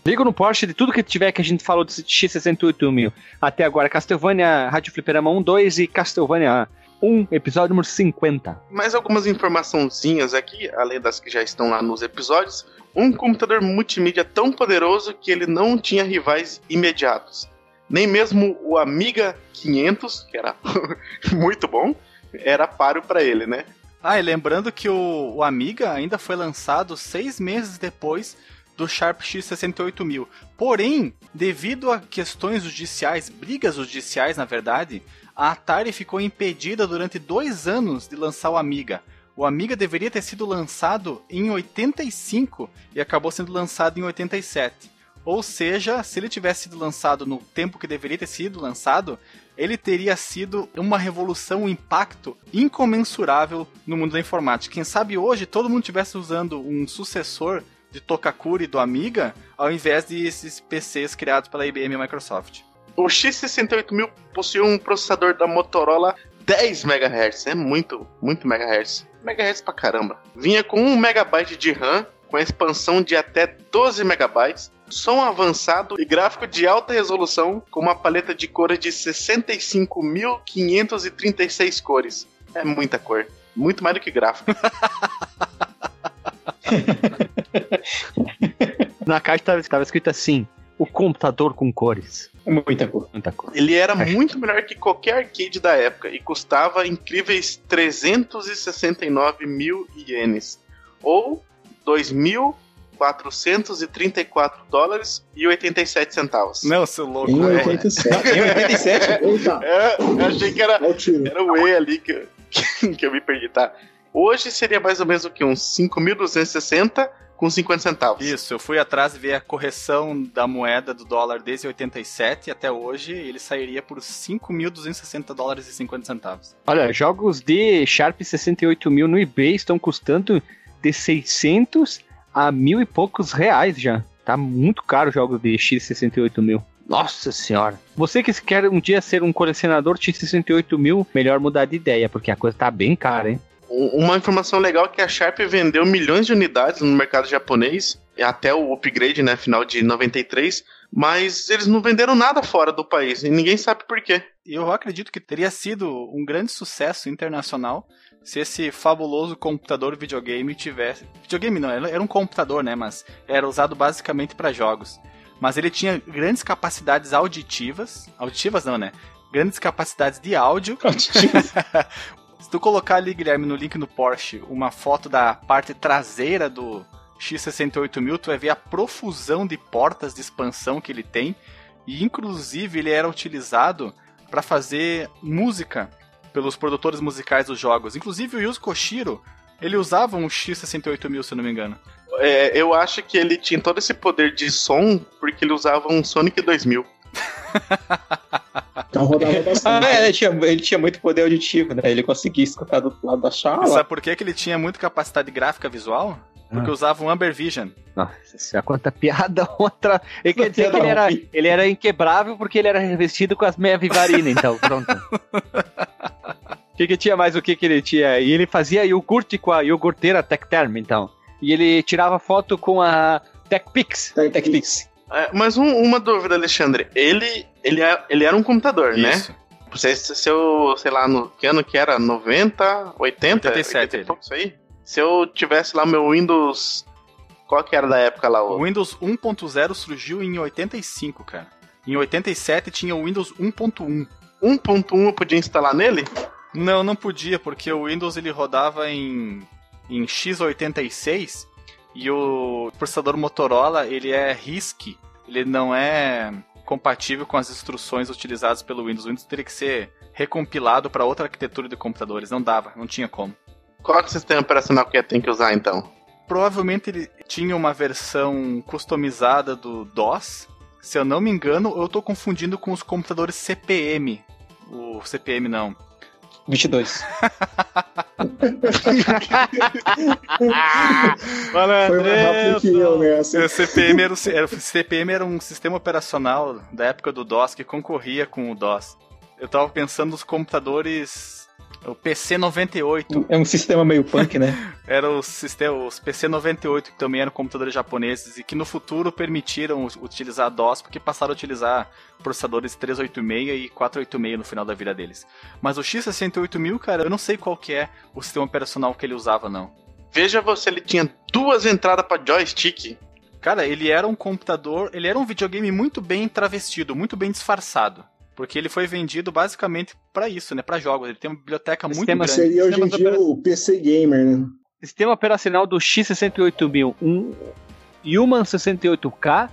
Ligo no Porsche de tudo que tiver que a gente falou de X68000. Até agora, Castlevania Rádio Fliperama 1, 2 e Castlevania 1, episódio número 50. Mais algumas informaçãozinhas aqui, além das que já estão lá nos episódios. Um computador multimídia tão poderoso que ele não tinha rivais imediatos. Nem mesmo o Amiga 500, que era muito bom, era páreo para ele, né? E lembrando que o Amiga ainda foi lançado 6 meses depois do Sharp X68000. Porém, devido a questões judiciais, brigas judiciais na verdade, a Atari ficou impedida durante 2 anos de lançar o Amiga. O Amiga deveria ter sido lançado em 85 e acabou sendo lançado em 87. Ou seja, se ele tivesse sido lançado no tempo que deveria ter sido lançado, ele teria sido uma revolução, um impacto incomensurável no mundo da informática. Quem sabe hoje todo mundo estivesse usando um sucessor de Tokakura e do Amiga, ao invés de esses PCs criados pela IBM e Microsoft. O X68000 possui um processador da Motorola 10 MHz, é muito MHz. MHz pra caramba. Vinha com 1 MB de RAM, com a expansão de até 12 MB, som avançado e gráfico de alta resolução, com uma paleta de cores de 65.536 cores. É muita cor, muito mais do que gráfico. Na caixa estava escrito assim: o computador com cores. Muita cor. Ele era muito melhor que qualquer arcade da época e custava incríveis 369 mil ienes, ou 2.434 dólares e 87 centavos. Não, seu louco. Em 87. Em 87? Eita. Eu achei que era o E ali que eu me perdi, tá? Hoje seria mais ou menos o que? Uns 5.260 com 50 centavos. Isso, eu fui atrás e ver a correção da moeda do dólar desde 87 até hoje, ele sairia por 5.260 dólares e 50 centavos. Olha, jogos de Sharp 68000 no eBay estão custando de 600 a 1.000 e poucos reais já. Tá muito caro jogos de X68000. Nossa senhora. Você que quer um dia ser um colecionador X68000, melhor mudar de ideia, porque a coisa tá bem cara, hein? Uma informação legal é que a Sharp vendeu milhões de unidades no mercado japonês, até o upgrade, né, final de 93, mas eles não venderam nada fora do país, e ninguém sabe por quê. Eu acredito que teria sido um grande sucesso internacional se esse fabuloso computador videogame tivesse... Videogame não, era um computador, né, mas era usado basicamente para jogos. Mas ele tinha grandes capacidades auditivas... Auditivas não, né? Grandes capacidades de áudio... Auditivas. Se tu colocar ali, Guilherme, no link no Porsche, uma foto da parte traseira do X68000, tu vai ver a profusão de portas de expansão que ele tem. E, inclusive, ele era utilizado para fazer música pelos produtores musicais dos jogos. Inclusive, o Yuzo Koshiro, ele usava um X68000, se eu não me engano. Eu acho que ele tinha todo esse poder de som porque ele usava um Sonic 2000. Então rodava bastante. Ele tinha muito poder auditivo, né? Ele conseguia escutar do lado da sala. E sabe por que ele tinha muita capacidade gráfica visual? Porque usava um Amber Vision. Nossa, isso é quanta piada outra. Ele quer dizer que ele era inquebrável porque ele era revestido com as meia Vivarina, então pronto. O que tinha mais? O que ele tinha? E ele fazia iogurte com a iogurteira Tecterm, então. E ele tirava foto com a TechPix. TechPix. Mas uma dúvida, Alexandre. Ele era um computador, isso, né? Se eu, sei lá, no que ano que era? 90, 80? 87. Isso aí? Se eu tivesse lá meu Windows... Qual que era da época lá? O Windows 1.0 surgiu em 85, cara. Em 87 tinha o Windows 1.1. 1.1 eu podia instalar nele? Não podia, porque o Windows ele rodava em x86... E o processador Motorola, ele é RISC, ele não é compatível com as instruções utilizadas pelo Windows. O Windows teria que ser recompilado para outra arquitetura de computadores, não dava, não tinha como. Qual é o sistema operacional que tem que usar, então? Provavelmente ele tinha uma versão customizada do DOS. Se eu não me engano, eu estou confundindo com os computadores CP/M. O CP/M não. 22. Foi mais rápido que eu nessa. O CP/M era um sistema operacional da época do DOS que concorria com o DOS. Eu tava pensando nos computadores O PC-98. É um sistema meio punk, né? Era os PC-98, que também eram computadores japoneses, e que no futuro permitiram utilizar DOS, porque passaram a utilizar processadores 386 e 486 no final da vida deles. Mas o X68000, cara, eu não sei qual que é o sistema operacional que ele usava, não. Veja você, ele tinha 2 entradas pra joystick. Cara, ele era um computador, ele era um videogame muito bem travestido, muito bem disfarçado. Porque ele foi vendido basicamente pra isso, né? Pra jogos. Ele tem uma biblioteca muito grande. Seria hoje em dia o PC Gamer, né? Sistema operacional do X68000, um Human 68K,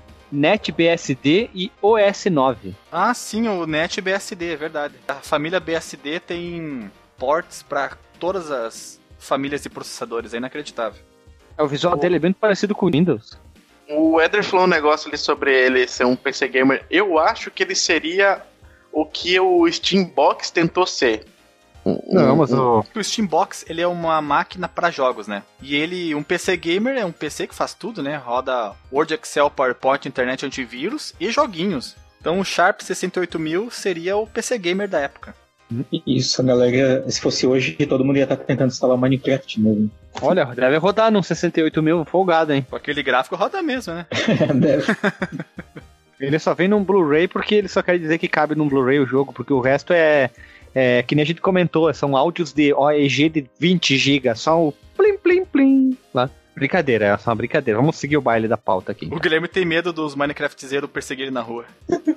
NetBSD e OS 9. Ah, sim, o NetBSD, é verdade. A família BSD tem ports pra todas as famílias de processadores, é inacreditável. O visual dele é bem parecido com o Windows. O Eder falou um negócio ali sobre ele ser um PC Gamer. Eu acho que ele seria o que o Steambox tentou ser. Não, mas o Steambox, ele é uma máquina para jogos, né? E ele, um PC Gamer, é um PC que faz tudo, né? Roda Word, Excel, PowerPoint, Internet Antivírus e joguinhos. Então o Sharp 68000 seria o PC Gamer da época. Isso, galera, se fosse hoje, todo mundo ia estar tentando instalar o Minecraft mesmo. Olha, deve rodar num 68.000 folgado, hein? Com aquele gráfico roda mesmo, né? Deve. Ele só vem num Blu-ray porque ele só quer dizer que cabe num Blu-ray o jogo, porque o resto é que nem a gente comentou, são áudios de OEG de 20 GB, só o plim, plim, plim lá. Brincadeira, é só uma brincadeira. Vamos seguir o baile da pauta aqui. O Guilherme tem medo dos Minecraftezeiros perseguirem na rua.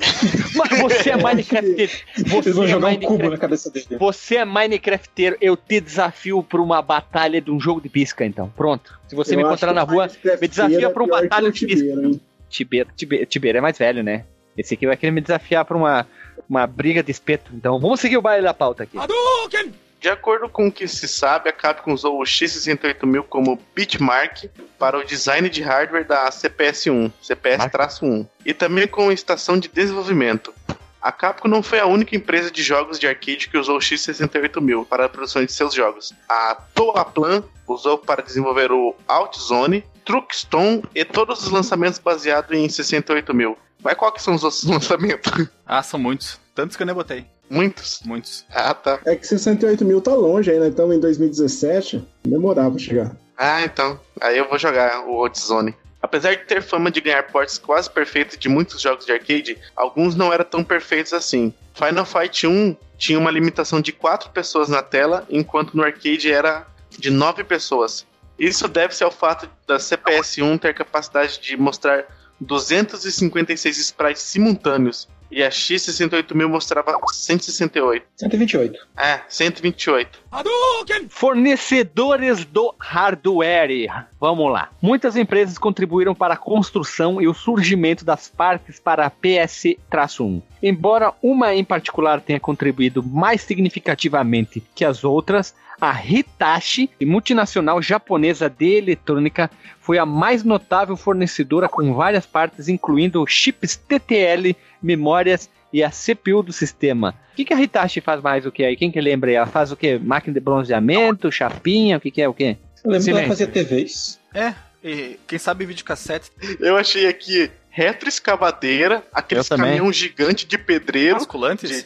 Mas você é Minecrafteiro. Vocês vão jogar um cubo na cabeça dele. Você é Minecrafteiro. Eu te desafio pra uma batalha de um jogo de pisca, então. Pronto. Se você me encontrar na rua, me desafia pra uma batalha de pisca. Tibeiro é mais velho, né? Esse aqui vai querer me desafiar pra uma briga de espeto. Então vamos seguir o baile da pauta aqui. De acordo com o que se sabe, a Capcom usou o X68000 como benchmark para o design de hardware da CPS-1, CPS-1, e também como estação de desenvolvimento. A Capcom não foi a única empresa de jogos de arcade que usou o X68000 para a produção de seus jogos. A Toaplan usou para desenvolver o Outzone, Truckstone e todos os lançamentos baseados em 68000. Mas qual que são os outros lançamentos? Ah, são muitos. Tantos que eu nem botei. Muitos? Muitos. Ah, tá. É que 68.000 tá longe ainda, então em 2017 demorava pra chegar. Ah, então. Aí eu vou jogar o Outzone. Apesar de ter fama de ganhar ports quase perfeitos de muitos jogos de arcade, alguns não eram tão perfeitos assim. Final Fight 1 tinha uma limitação de 4 pessoas na tela, enquanto no arcade era de 9 pessoas. Isso deve-se ao fato da CPS-1 ter capacidade de mostrar 256 sprites simultâneos, e a X68000 mostrava 168. 128. 128. Fornecedores do hardware. Vamos lá. Muitas empresas contribuíram para a construção e o surgimento das partes para a PS-1. Embora uma em particular tenha contribuído mais significativamente que as outras, a Hitachi, multinacional japonesa de eletrônica, foi a mais notável fornecedora com várias partes, incluindo chips TTL, memórias e a CPU do sistema. O que a Hitachi faz mais o que aí? Quem que lembra? Ela faz o que? Máquina de bronzeamento, chapinha, o que é o que? Eu lembro que ela fazia TVs. E quem sabe videocassete. Eu achei aqui retroescavadeira, aqueles caminhão gigante de pedreiro. Basculantes?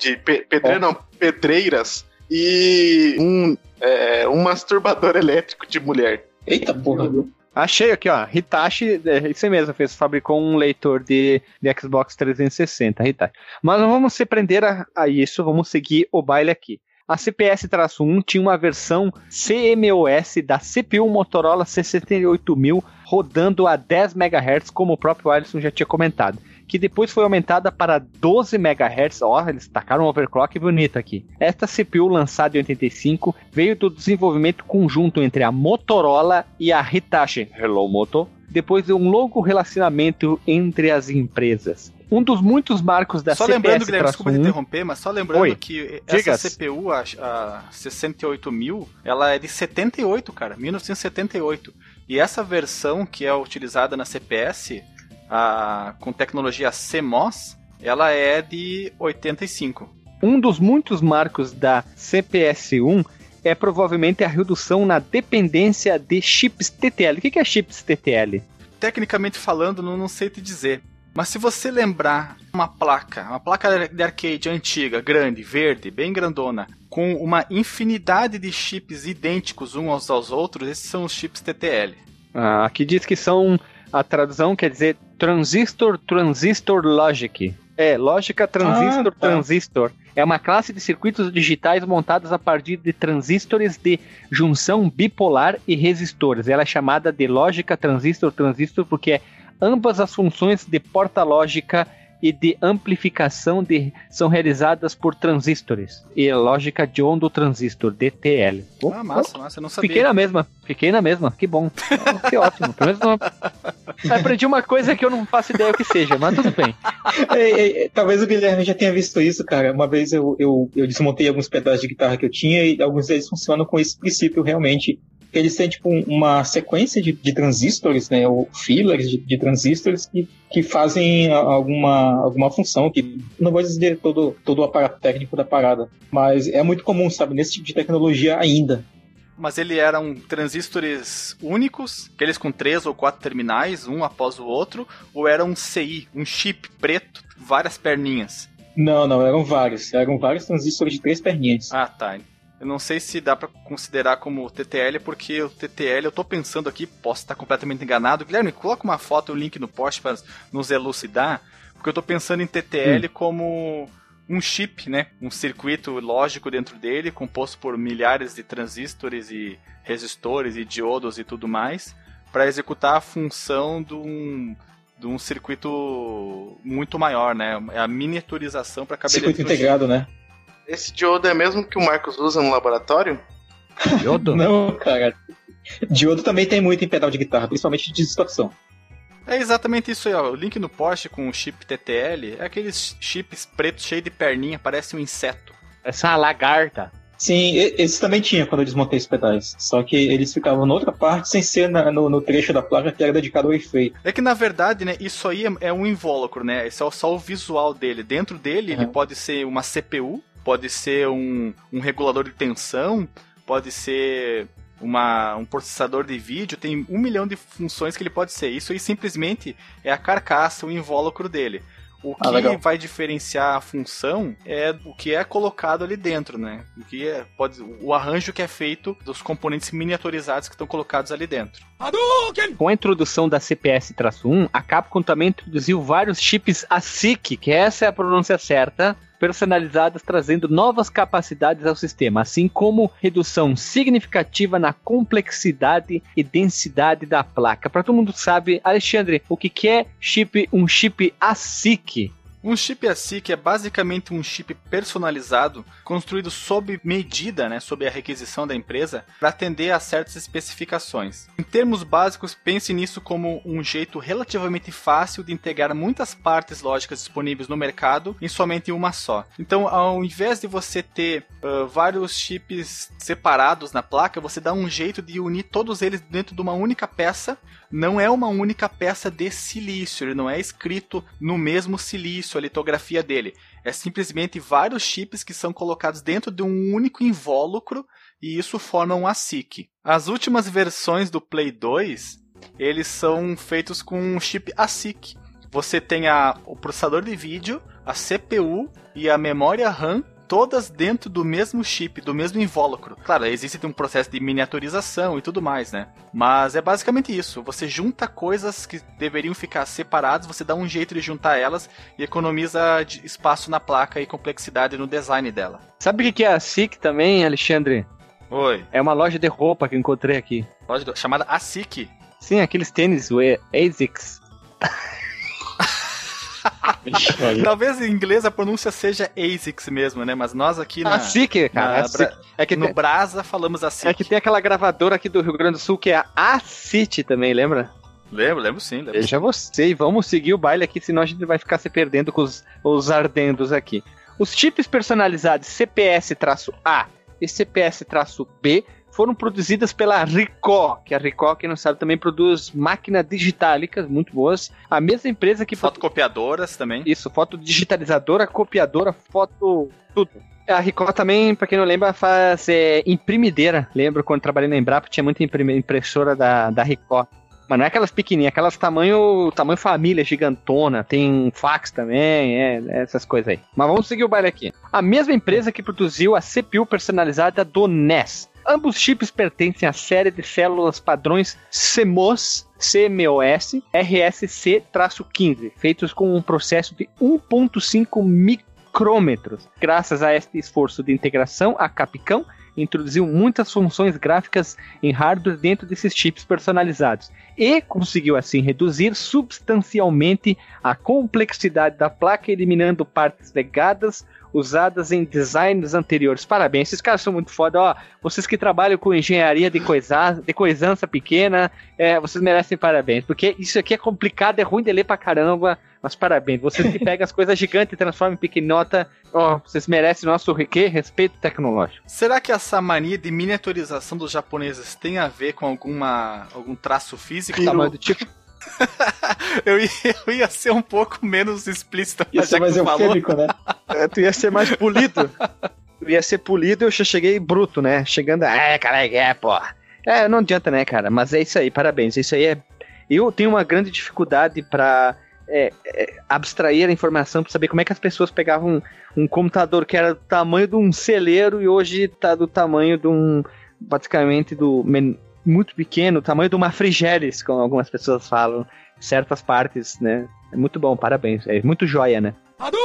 Pedreiras. E um masturbador elétrico de mulher. Eita porra, viu? Achei aqui, ó. Hitachi, isso mesmo, fabricou um leitor de Xbox 360, Hitachi. Mas não vamos se prender a isso, vamos seguir o baile aqui. A CPS-1 tinha uma versão CMOS da CPU Motorola 68000 rodando a 10 MHz, como o próprio Alisson já tinha comentado, que depois foi aumentada para 12 MHz. Ó, eles tacaram um overclock bonito aqui. Esta CPU, lançada em 85, veio do desenvolvimento conjunto entre a Motorola e a Hitachi, Hello Moto, depois de um longo relacionamento entre as empresas. Um dos muitos marcos da CPS-1... Só lembrando, Guilherme, desculpa te interromper, mas só lembrando que Diga. essa CPU, a 68000, ela é de 78, cara, 1978. E essa versão que é utilizada na CPS, com tecnologia CMOS, ela é de 85. Um dos muitos marcos da CPS-1 é provavelmente a redução na dependência de chips TTL. O que é chips TTL? Tecnicamente falando, não sei te dizer. Mas se você lembrar uma placa de arcade antiga, grande, verde, bem grandona, com uma infinidade de chips idênticos uns aos outros, esses são os chips TTL. Aqui diz que são, a tradução quer dizer transistor logic. Lógica transistor. É uma classe de circuitos digitais montados a partir de transistores de junção bipolar e resistores. Ela é chamada de lógica transistor porque ambas as funções de porta lógica e de amplificação são realizadas por transistores. E a lógica de onda transistor, DTL. Massa, eu não sabia. Fiquei na mesma, que bom. Que ótimo. Pelo menos não... aprendi uma coisa que eu não faço ideia o que seja, mas tudo bem. Talvez o Guilherme já tenha visto isso, cara. Uma vez eu desmontei alguns pedaços de guitarra que eu tinha e alguns deles funcionam com esse princípio realmente. Eles têm tipo uma sequência de transistores, né, ou fillers de transistores que fazem alguma função, que não vou dizer todo o aparato técnico da parada, mas é muito comum, sabe, nesse tipo de tecnologia ainda. Mas ele eram transistores únicos, aqueles com 3 ou 4 terminais, um após o outro, ou era um CI, um chip preto, várias perninhas? Não, eram vários transistores de 3 perninhas. Ah, tá. Eu não sei se dá pra considerar como TTL, porque o TTL, eu tô pensando aqui, posso estar completamente enganado. Guilherme, coloca uma foto e o link no post para nos elucidar, porque eu tô pensando em TTL como um chip, né? Um circuito lógico dentro dele, composto por milhares de transistores e resistores e diodos e tudo mais, para executar a função de um circuito muito maior, né? É a miniaturização para caber circuito integrado, né? Esse diodo é mesmo que o Marcos usa no laboratório? Diodo? Não, cara. Diodo também tem muito em pedal de guitarra, principalmente de distorção. É exatamente isso aí, ó. O link no post com o chip TTL é aqueles chips pretos cheios de perninha, parece um inseto. Essa é uma lagarta. Sim, esses também tinha quando eu desmontei os pedais. Só que eles ficavam na outra parte, sem ser no trecho da placa que era dedicado ao efeito. É que na verdade, né, isso aí é um invólucro, né? Esse é só o visual dele. Dentro dele, ele pode ser uma CPU, pode ser um regulador de tensão, pode ser um processador de vídeo, tem 1 milhão de funções que ele pode ser. Isso aí simplesmente é a carcaça, o invólucro dele. O que vai diferenciar a função é o que é colocado ali dentro, né? O arranjo que é feito dos componentes miniaturizados que estão colocados ali dentro. Com a introdução da CPS-1, a Capcom também introduziu vários chips ASIC, que essa é a pronúncia certa, personalizadas, trazendo novas capacidades ao sistema, assim como redução significativa na complexidade e densidade da placa. Para todo mundo sabe, Alexandre, o que é um chip ASIC? Um chip ASIC é basicamente um chip personalizado, construído sob medida, né, sob a requisição da empresa, para atender a certas especificações. Em termos básicos, pense nisso como um jeito relativamente fácil de integrar muitas partes lógicas disponíveis no mercado em somente uma só. Então, ao invés de você ter vários chips separados na placa, você dá um jeito de unir todos eles dentro de uma única peça. Não é uma única peça de silício, ele não é escrito no mesmo silício, a litografia dele. É simplesmente vários chips que são colocados dentro de um único invólucro e isso forma um ASIC. As últimas versões do Play 2, eles são feitos com um chip ASIC. Você tem o processador de vídeo, a CPU e a memória RAM, todas dentro do mesmo chip, do mesmo invólucro. Claro, existe um processo de miniaturização e tudo mais, né? Mas é basicamente isso. Você junta coisas que deveriam ficar separadas, você dá um jeito de juntar elas e economiza espaço na placa e complexidade no design dela. Sabe o que é a ASIC também, Alexandre? Oi. É uma loja de roupa que eu encontrei aqui. Chamada ASIC? Sim, aqueles tênis, o ASICS. Talvez em inglês a pronúncia seja ASICS mesmo, né? Mas nós aqui ASIC, cara. No Brasa falamos ASIC. É que tem aquela gravadora aqui do Rio Grande do Sul que é a City também, lembra? Lembro sim. Veja você, e vamos seguir o baile aqui, senão a gente vai ficar se perdendo com os ardendos aqui. Os chips personalizados CPS-A e CPS-B foram produzidas pela Ricoh, que a Ricoh, quem não sabe, também produz máquinas digitálicas muito boas. A mesma empresa que... Fotocopiadoras também. Isso, fotodigitalizadora, copiadora, tudo. A Ricoh também, pra quem não lembra, faz imprimideira. Lembro quando trabalhei na Embrapa, tinha muita impressora da Ricoh. Mas não é aquelas pequenininhas, aquelas tamanho família, gigantona, tem fax também, essas coisas aí. Mas vamos seguir o baile aqui. A mesma empresa que produziu a CPU personalizada do NES. Ambos chips pertencem à série de células padrões CMOS RSC-15, feitos com um processo de 1.5 micrômetros. Graças a este esforço de integração, a Capcom introduziu muitas funções gráficas em hardware dentro desses chips personalizados e conseguiu assim reduzir substancialmente a complexidade da placa, eliminando partes legadas usadas em designs anteriores. Parabéns, esses caras são muito foda. Ó, vocês que trabalham com engenharia de coisança pequena, vocês merecem parabéns, porque isso aqui é complicado, é ruim de ler pra caramba, mas parabéns. Vocês que pegam as coisas gigantes e transformam em pequenota, vocês merecem nosso respeito tecnológico. Será que essa mania de miniaturização dos japoneses tem a ver com algum traço físico? Tamanho do tipo? eu ia ser um pouco menos explícito. Ia ser mais eufêmico, né? Tu ia ser mais polido. Tu ia ser polido e eu já cheguei bruto, né? Chegando, pô. Não adianta, né, cara? Mas é isso aí, parabéns. Isso aí eu tenho uma grande dificuldade pra abstrair a informação, pra saber como é que as pessoas pegavam um computador que era do tamanho de um celeiro e hoje tá do tamanho de basicamente muito pequeno, o tamanho de uma frigeres, como algumas pessoas falam, certas partes, né? É muito bom, parabéns. É muito joia, né?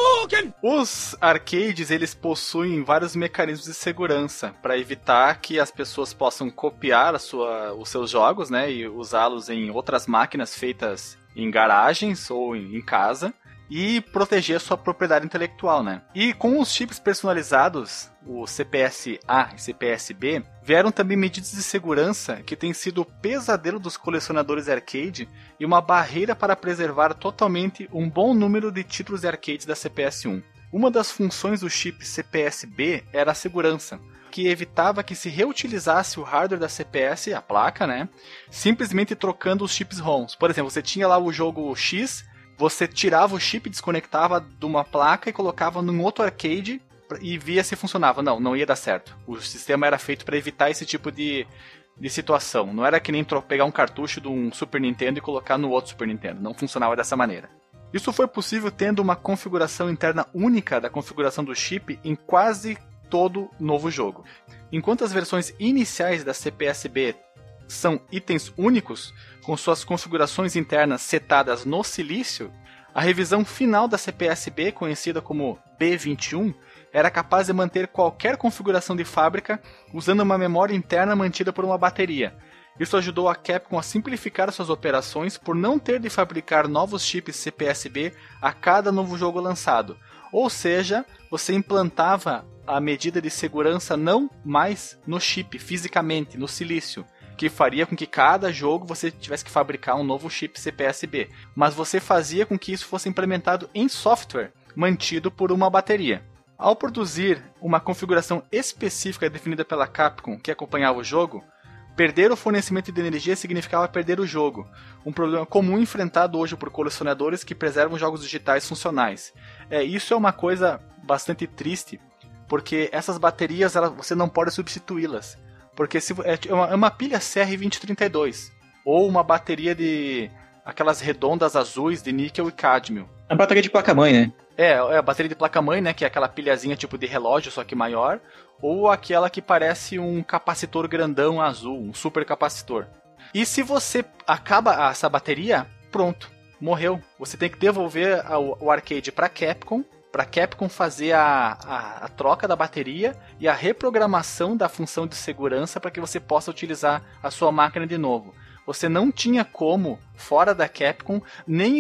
Os arcades, eles possuem vários mecanismos de segurança para evitar que as pessoas possam copiar os seus jogos, né? E usá-los em outras máquinas feitas em garagens ou em casa e proteger a sua propriedade intelectual, né? E com os chips personalizados, o CPS-A e CPS-B, vieram também medidas de segurança que têm sido o pesadelo dos colecionadores arcade e uma barreira para preservar totalmente um bom número de títulos de arcade da CPS-1. Uma das funções do chip CPS-B era a segurança, que evitava que se reutilizasse o hardware da CPS, a placa, né? Simplesmente trocando os chips ROMs. Por exemplo, você tinha lá o jogo X, você tirava o chip, desconectava de uma placa e colocava num outro arcade e via se funcionava. Não ia dar certo. O sistema era feito para evitar esse tipo de situação. Não era que nem pegar um cartucho de um Super Nintendo e colocar no outro Super Nintendo. Não funcionava dessa maneira. Isso foi possível tendo uma configuração interna única da configuração do chip em quase todo novo jogo. Enquanto as versões iniciais da CPS-B são itens únicos, com suas configurações internas setadas no silício, a revisão final da CPS-B, conhecida como B21, era capaz de manter qualquer configuração de fábrica usando uma memória interna mantida por uma bateria. Isso ajudou a Capcom a simplificar suas operações por não ter de fabricar novos chips CPS-B a cada novo jogo lançado. Ou seja, você implantava a medida de segurança não mais no chip, fisicamente, no silício, que faria com que cada jogo você tivesse que fabricar um novo chip CPS-B. Mas você fazia com que isso fosse implementado em software, mantido por uma bateria. Ao produzir uma configuração específica definida pela Capcom que acompanhava o jogo, perder o fornecimento de energia significava perder o jogo, um problema comum enfrentado hoje por colecionadores que preservam jogos digitais funcionais. Isso é uma coisa bastante triste, porque essas baterias você não pode substituí-las. Porque é uma pilha CR2032, ou uma bateria de aquelas redondas azuis de níquel e cádmio. A bateria de placa-mãe, né? É a bateria de placa-mãe, né? Que é aquela pilhazinha tipo de relógio, só que maior. Ou aquela que parece um capacitor grandão azul, um super capacitor. E se você acaba essa bateria, pronto, morreu. Você tem que devolver o arcade para Capcom fazer a troca da bateria e a reprogramação da função de segurança para que você possa utilizar a sua máquina de novo. Você não tinha como, fora da Capcom, nem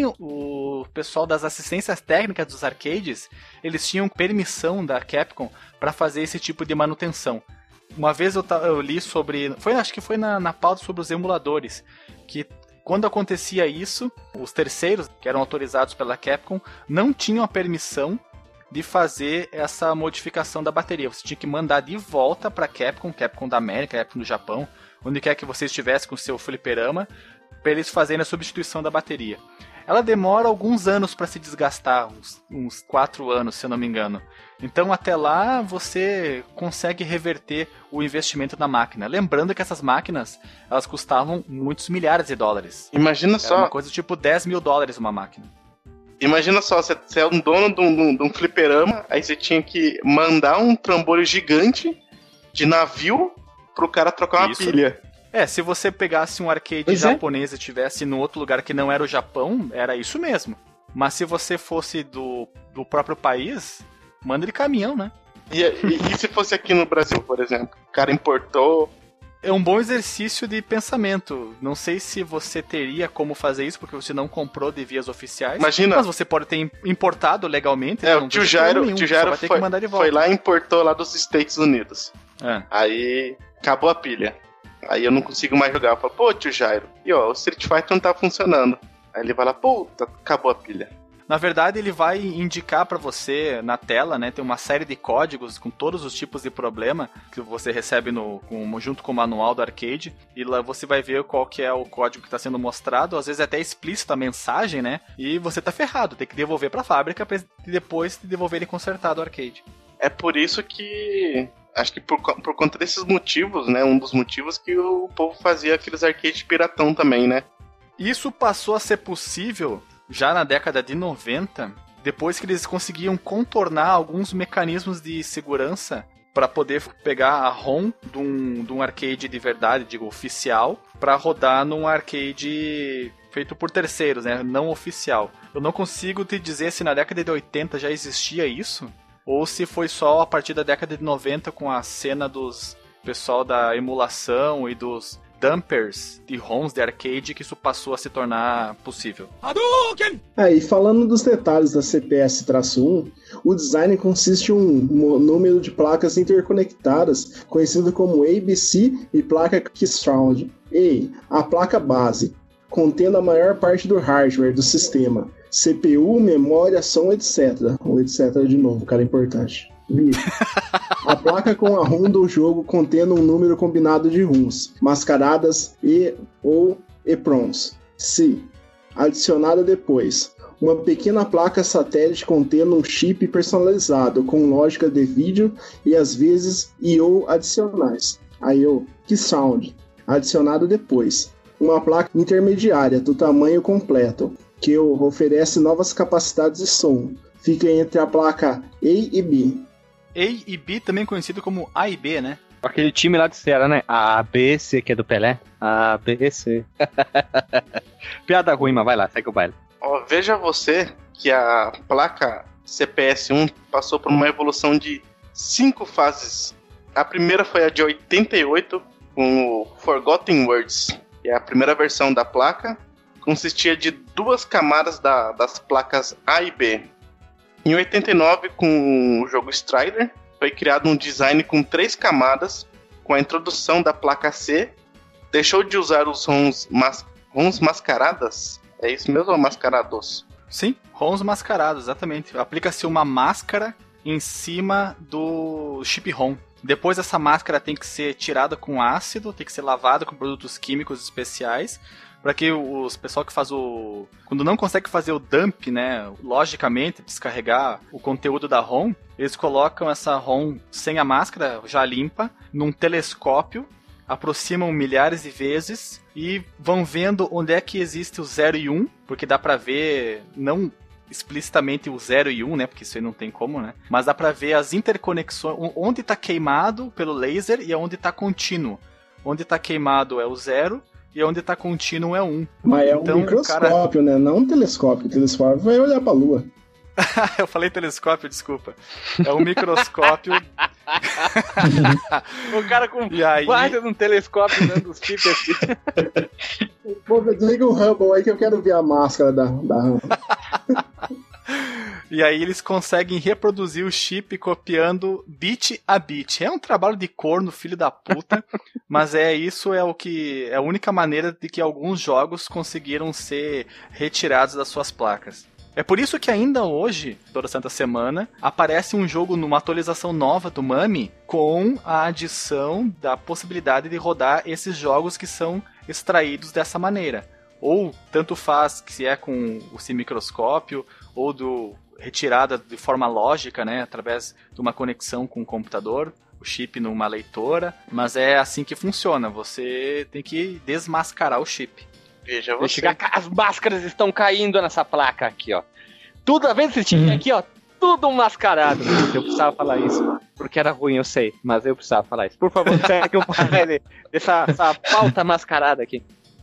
o pessoal das assistências técnicas dos arcades, eles tinham permissão da Capcom para fazer esse tipo de manutenção. Uma vez eu li sobre, acho que foi na pauta sobre os emuladores, que quando acontecia isso, os terceiros, que eram autorizados pela Capcom, não tinham a permissão de fazer essa modificação da bateria. Você tinha que mandar de volta para a Capcom da América, Capcom do Japão, onde quer que você estivesse com o seu fliperama, para eles fazerem a substituição da bateria. ela demora alguns anos para se desgastar, uns 4 anos, se eu não me engano. Então até lá você consegue reverter o investimento na máquina. Lembrando que essas máquinas, elas custavam muitos milhares de dólares. Imagina só. Era uma coisa tipo $10 mil uma máquina. Imagina só, você é um dono de um fliperama, aí você tinha que mandar um trambolho gigante de navio pro cara trocar uma pilha. Se você pegasse um arcade japonês e tivesse no outro lugar que não era o Japão, era isso mesmo. Mas se você fosse do próprio país, manda de caminhão, né? E se fosse aqui no Brasil, por exemplo? O cara importou... É um bom exercício de pensamento. Não sei se você teria como fazer isso, porque você não comprou de vias oficiais. Imagina. Mas você pode ter importado legalmente. O tio Jairo foi lá e importou lá dos Estados Unidos. Aí acabou a pilha. Aí eu não consigo mais jogar. Eu falo, pô, tio Jairo, e ó, o Street Fighter não tá funcionando. Aí ele vai lá, puta, acabou a pilha. Na verdade, ele vai indicar pra você na tela, né? Tem uma série de códigos com todos os tipos de problema que você recebe junto com o manual do arcade. E lá você vai ver qual que é o código que está sendo mostrado. Às vezes é até explícita a mensagem, né? E você tá ferrado, tem que devolver pra fábrica pra depois devolver ele consertado o arcade. É por isso que... Acho que por conta desses motivos, né? Um dos motivos que o povo fazia aqueles arcades piratão também, né? Isso passou a ser possível já na década de 90, depois que eles conseguiam contornar alguns mecanismos de segurança para poder pegar a ROM de um arcade de verdade, digo, oficial, para rodar num arcade feito por terceiros, né? Não oficial. Eu não consigo te dizer se na década de 80 já existia isso, ou se foi só a partir da década de 90 com a cena dos pessoal da emulação e dos dumpers de ROMs de arcade que isso passou a se tornar possível. E falando dos detalhes da CPS-1, o design consiste em um número de placas interconectadas, conhecido como ABC e placa Keystrong. A placa base, contendo a maior parte do hardware do sistema, CPU, memória, som, etc. O etc de novo, cara, importante. B. A placa com a ROM do jogo contendo um número combinado de ROMs, mascaradas ou EPROMs. C. Adicionada depois. Uma pequena placa satélite contendo um chip personalizado com lógica de vídeo e às vezes I/O adicionais. I/O Keysound. Adicionada depois. Uma placa intermediária do tamanho completo, que oferece novas capacidades de som. Fica entre a placa A e B. A e B também conhecido como A e B, né? Aquele time lá de Ceará, né? A, B, C, que é do Pelé. A, B, C. Piada ruim, mas vai lá, segue o baile. Veja você que a placa CPS-1 passou por uma evolução de 5 fases. A primeira foi a de 88, com o Forgotten Words, que é a primeira versão da placa. Consistia de 2 camadas das placas A e B. Em 89, com o jogo Strider, foi criado um design com 3 camadas, com a introdução da placa C. Deixou de usar os ROMs mascaradas. É isso mesmo ou mascarados? Sim, ROMs mascarados, exatamente. Aplica-se uma máscara em cima do chip ROM. Depois essa máscara tem que ser tirada com ácido, tem que ser lavada com produtos químicos especiais, para que os pessoal que faz quando não consegue fazer o dump, né, logicamente, descarregar o conteúdo da ROM, eles colocam essa ROM sem a máscara, já limpa, num telescópio, aproximam milhares de vezes e vão vendo onde é que existe o 0 e 1, porque dá para ver, não explicitamente o 0 e 1, né, porque isso aí não tem como, né, mas dá para ver as interconexões, onde está queimado pelo laser e onde está contínuo. Onde está queimado é o 0, e onde tá contínuo é 1. Mas é um microscópio, né? Não um telescópio. O telescópio vai olhar pra Lua. Eu falei telescópio, desculpa. É um microscópio. O cara com guarda num telescópio dando os chips aqui. Pô, desliga o Hubble aí que eu quero ver a máscara da Hubble. E aí eles conseguem reproduzir o chip copiando bit a bit. É um trabalho de corno, filho da puta, mas isso é a única maneira de que alguns jogos conseguiram ser retirados das suas placas. É por isso que ainda hoje, toda santa semana, aparece um jogo numa atualização nova do Mami com a adição da possibilidade de rodar esses jogos que são extraídos dessa maneira. ou tanto faz que se é com o semicroscópio ou retirada de forma lógica, né, através de uma conexão com o computador, o chip numa leitora, mas é assim que funciona, você tem que desmascarar o chip. Veja você. As máscaras estão caindo nessa placa aqui, ó. Toda vez que tinha aqui, ó, tudo mascarado. Eu precisava falar isso, porque era ruim, eu sei, mas eu precisava falar isso. Por favor, segue o pai dessa pauta mascarada aqui.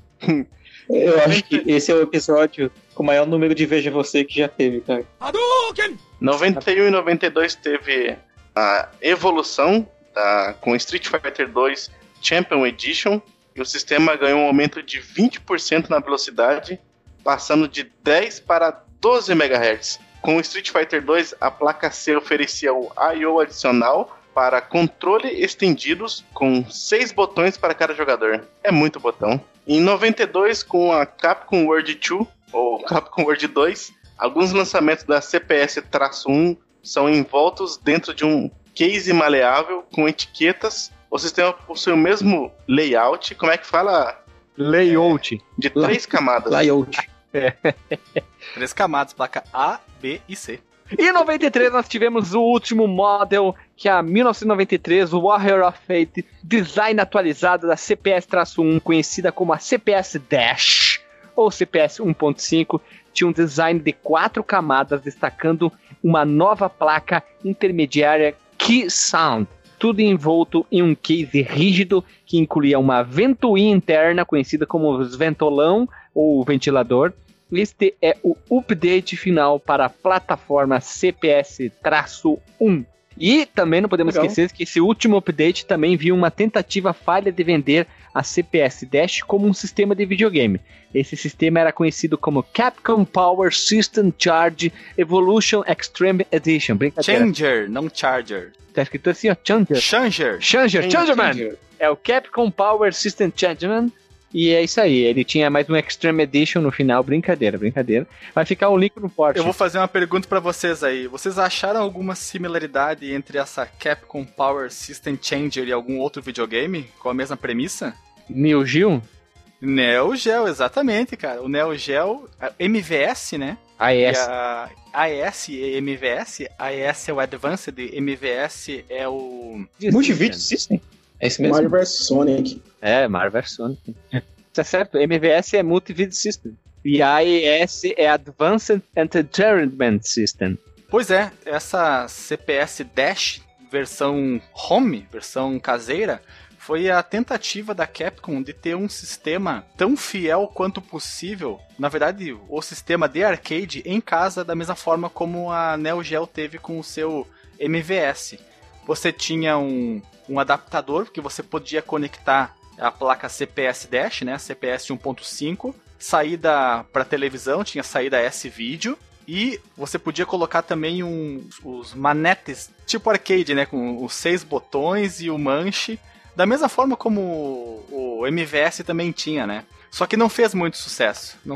Eu acho que esse é o episódio com o maior número de Veja Você que já teve, cara. 91 e 92 teve a evolução com Street Fighter 2 Champion Edition, e o sistema ganhou um aumento de 20% na velocidade, passando de 10 para 12 MHz. Com o Street Fighter 2, a placa C oferecia o I/O adicional para controle estendidos com 6 botões para cada jogador. É muito botão. Em 92, com a Capcom World 2, ou Capcom World 2, alguns lançamentos da CPS-1 são envoltos dentro de um case maleável com etiquetas. O sistema possui o mesmo layout. Como é que fala? Layout. De 3 camadas. Layout. 3 camadas, placa A, B e C. E em 93 nós tivemos o último model, que é a 1993, o Warrior of Fate, design atualizado da CPS-1, conhecida como a CPS Dash, ou CPS 1.5, tinha um design de 4 camadas, destacando uma nova placa intermediária Key Sound, tudo envolto em um case rígido que incluía uma ventoinha interna, conhecida como ventolão ou ventilador. Este é o update final para a plataforma CPS-1. E também não podemos esquecer que esse último update também viu uma tentativa falha de vender a CPS Dash como um sistema de videogame. Esse sistema era conhecido como Capcom Power System Charge Evolution Extreme Edition. Changer, não Charger. Tá escrito assim, ó, Changerman. É o Capcom Power System Changerman. E é isso aí, ele tinha mais um Extreme Edition no final, brincadeira. Vai ficar um link no post. Eu vou fazer uma pergunta pra vocês aí. Vocês acharam alguma similaridade entre essa Capcom Power System Changer e algum outro videogame com a mesma premissa? Neo Geo? Neo Geo, exatamente, cara. O Neo Geo, MVS, né? AES. AES e MVS. AES é o Advanced, MVS é o... Multivideo System? É isso mesmo? Mario vs Sonic. É, Mario vs Sonic. Tá certo, MVS é Multi-Video System. E AES é Advanced Entertainment System. Pois é, essa CPS Dash, versão home, versão caseira, foi a tentativa da Capcom de ter um sistema tão fiel quanto possível, na verdade, o sistema de arcade em casa, da mesma forma como a Neo Geo teve com o seu MVS. Você tinha um adaptador que você podia conectar a placa CPS Dash, né, CPS 1.5, saída para televisão, tinha saída S-Vídeo, e você podia colocar também os manetes tipo arcade, né, com os 6 botões e o manche, da mesma forma como o MVS também tinha, né? Só que não fez muito sucesso. Não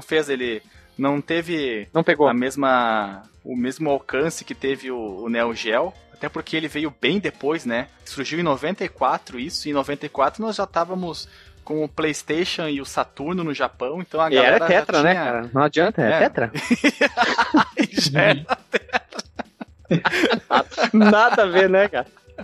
pegou o mesmo alcance que teve o Neo Geo. Até porque ele veio bem depois, né? Surgiu em 94 isso, e em 94 nós já estávamos com o PlayStation e o Saturno no Japão, então a galera era Tetra, já tinha... né, cara? Não adianta, é Tetra. Já era Tetra. Nada a ver, né, cara?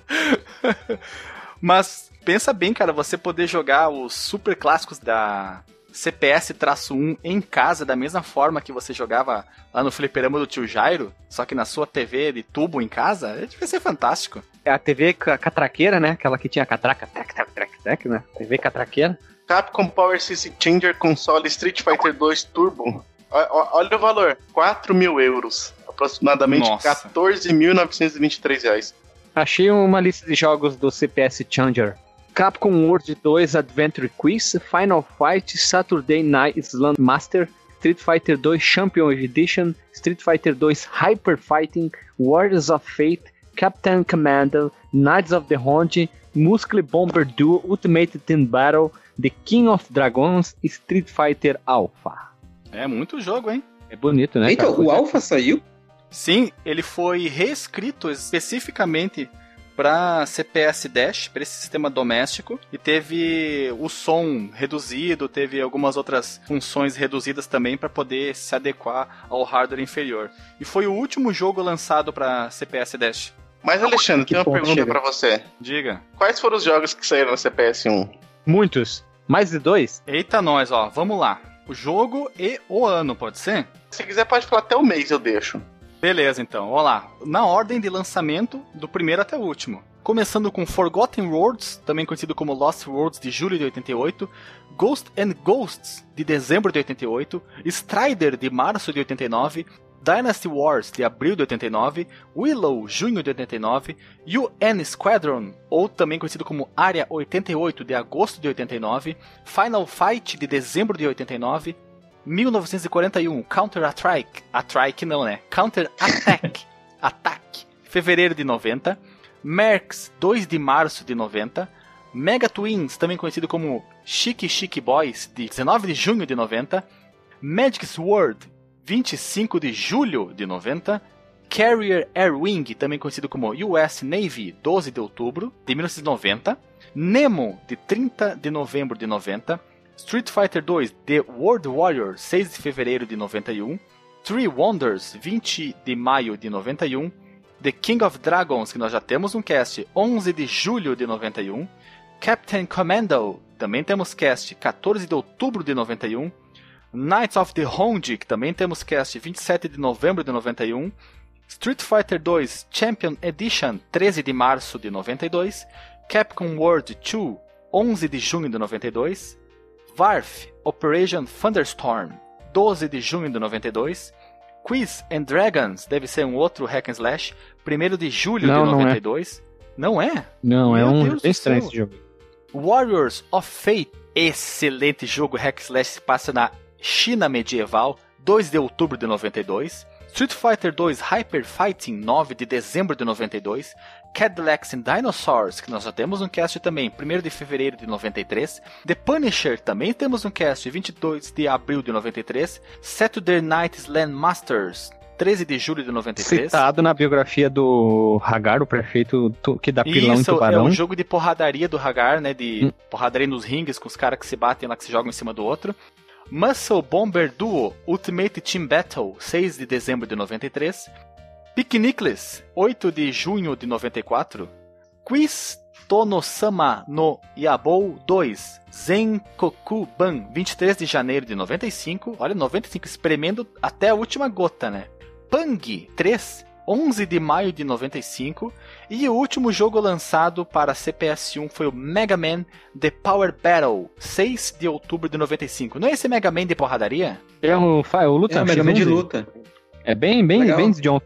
Mas pensa bem, cara, você poder jogar os super clássicos da CPS-1 em casa, da mesma forma que você jogava lá no fliperama do tio Jairo, só que na sua TV de tubo em casa, devia ser fantástico. É a TV catraqueira, né? Aquela que tinha catraca, né? TV catraqueira. Capcom Power System Changer console Street Fighter 2 Turbo. Olha o valor, 4.000 euros. Aproximadamente 14.923 reais. Achei uma lista de jogos do CPS Changer. Capcom World 2 Adventure Quiz, Final Fight, Saturday Night Slam Master, Street Fighter 2 Champion Edition, Street Fighter 2 Hyper Fighting, Warriors of Fate, Captain Commando, Knights of the Round, Muscle Bomber Duo, Ultimate Team Battle, The King of Dragons, Street Fighter Alpha. É muito jogo, hein? É bonito, né? Então, o Alpha saiu? Sim, ele foi reescrito especificamente para CPS Dash, para esse sistema doméstico, e teve o som reduzido, teve algumas outras funções reduzidas também para poder se adequar ao hardware inferior. E foi o último jogo lançado para CPS Dash. Mas, Alexandre, tem uma pergunta para você. Diga. Quais foram os jogos que saíram na CPS1? Muitos. Mais de 2? Eita nós, ó. Vamos lá. O jogo e o ano, pode ser? Se quiser pode falar até o mês, eu deixo. Beleza, então. Ó lá. Na ordem de lançamento, do primeiro até o último. Começando com Forgotten Worlds, também conhecido como Lost Worlds, de julho de 88. Ghost and Ghosts, de dezembro de 88. Strider, de março de 89. Dynasty Wars, de abril de 89, Willow, junho de 89, UN Squadron, ou também conhecido como Área 88, de agosto de 89, Final Fight, de dezembro de 89, 1941, Counter-Attack, Attack, fevereiro de 90, Mercs, 2 de março de 90, Mega Twins, também conhecido como Chic Chic Boys, de 19 de junho de 90, Magic Sword, 25 de julho de 90, Carrier Air Wing, também conhecido como US Navy, 12 de outubro de 1990, Nemo, de 30 de novembro de 90, Street Fighter 2 The World Warrior, 6 de fevereiro de 91, Three Wonders, 20 de maio de 91, The King of Dragons, que nós já temos um cast, 11 de julho de 91, Captain Commando, também temos cast, 14 de outubro de 91, Knights of the Round, que também temos cast, 27 de novembro de 91, Street Fighter 2 Champion Edition, 13 de março de 92, Capcom World 2, 11 de junho de 92, Varf Operation Thunderstorm, 12 de junho de 92, Quiz and Dragons, deve ser um outro hack and slash, 1º de julho de 92. Não é? Não, é um bem estranho esse jogo. Warriors of Fate, excelente jogo hack and slash, se passa na China medieval, 2 de outubro de 92, Street Fighter 2 Hyper Fighting, 9 de dezembro de 92, Cadillacs and Dinosaurs, que nós já temos um cast também, 1º de fevereiro de 93, The Punisher, também temos um cast, 22 de abril de 93, Saturday Night Slam Masters, 13 de julho de 93. Citado na biografia do Hagar, o prefeito que dá pilão em Tubarão. É um jogo de porradaria do Hagar, né, de porradaria nos ringues, com os caras que se batem lá, que se jogam em cima do outro. Muscle Bomber Duo Ultimate Team Battle, 6 de dezembro de 93. Picnicless, 8 de junho de 94. Quiz Tono-sama no Yabou 2 Zenkoku Ban, 23 de janeiro de 95. Olha, 95, espremendo até a última gota, né? Pang 3, 11 de maio de 95. E o último jogo lançado para CPS1 foi o Mega Man The Power Battle, 6 de outubro de 95. Não é esse Mega Man de porradaria? É o luta, é o Mega Man de luta. É bem John.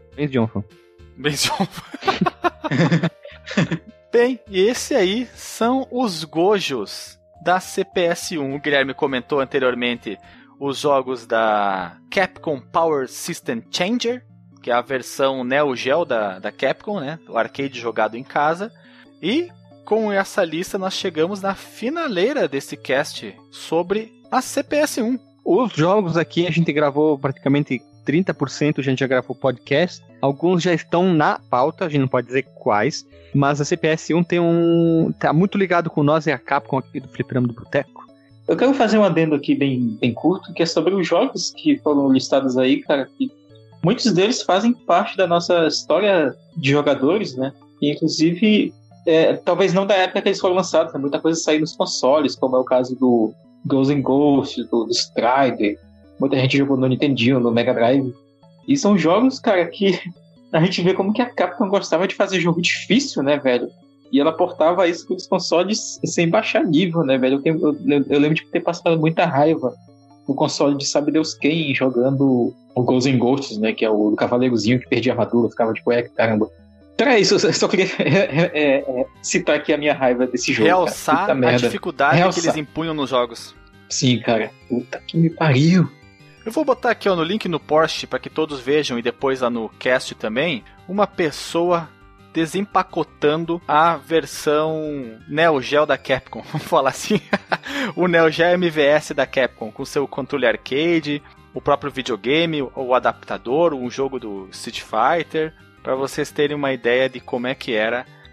Bem, e esse aí são os gojos da CPS1. O Guilherme comentou anteriormente os jogos da Capcom Power System Changer, que é a versão Neo Geo da Capcom, né? O arcade jogado em casa. E com essa lista nós chegamos na finaleira desse cast sobre a CPS1. Os jogos aqui a gente gravou praticamente 30%, a gente já gravou podcast. Alguns já estão na pauta, a gente não pode dizer quais. Mas a CPS1 tá muito ligado com nós e a Capcom aqui do Fliperama do Boteco. Eu quero fazer um adendo aqui bem curto, que é sobre os jogos que foram listados aí, cara, que muitos deles fazem parte da nossa história de jogadores, né? E, inclusive, talvez não da época que eles foram lançados, né? Muita coisa saiu nos consoles, como é o caso do Ghosts and Ghosts, do Strider. Muita gente jogou no Nintendinho, no Mega Drive. E são jogos, cara, que a gente vê como que a Capcom gostava de fazer jogo difícil, né, velho? E ela portava isso para os consoles sem baixar nível, né, velho? Eu lembro de ter passado muita raiva no console de sabe Deus quem, jogando o Ghosts and Ghosts, né? Que é o cavaleirozinho que perdia a armadura, ficava tipo, caramba. Então é isso, eu só queria citar aqui a minha raiva desse jogo. Realçar a dificuldade que eles impunham nos jogos. Sim, cara. Puta que me pariu. Eu vou botar aqui, ó, no link no post para que todos vejam, e depois lá no cast também, uma pessoa desempacotando a versão Neo Geo da Capcom, vamos falar assim, o Neo Geo MVS da Capcom, com seu controle arcade, o próprio videogame, o adaptador, um jogo do Street Fighter, para vocês terem uma ideia de como é que era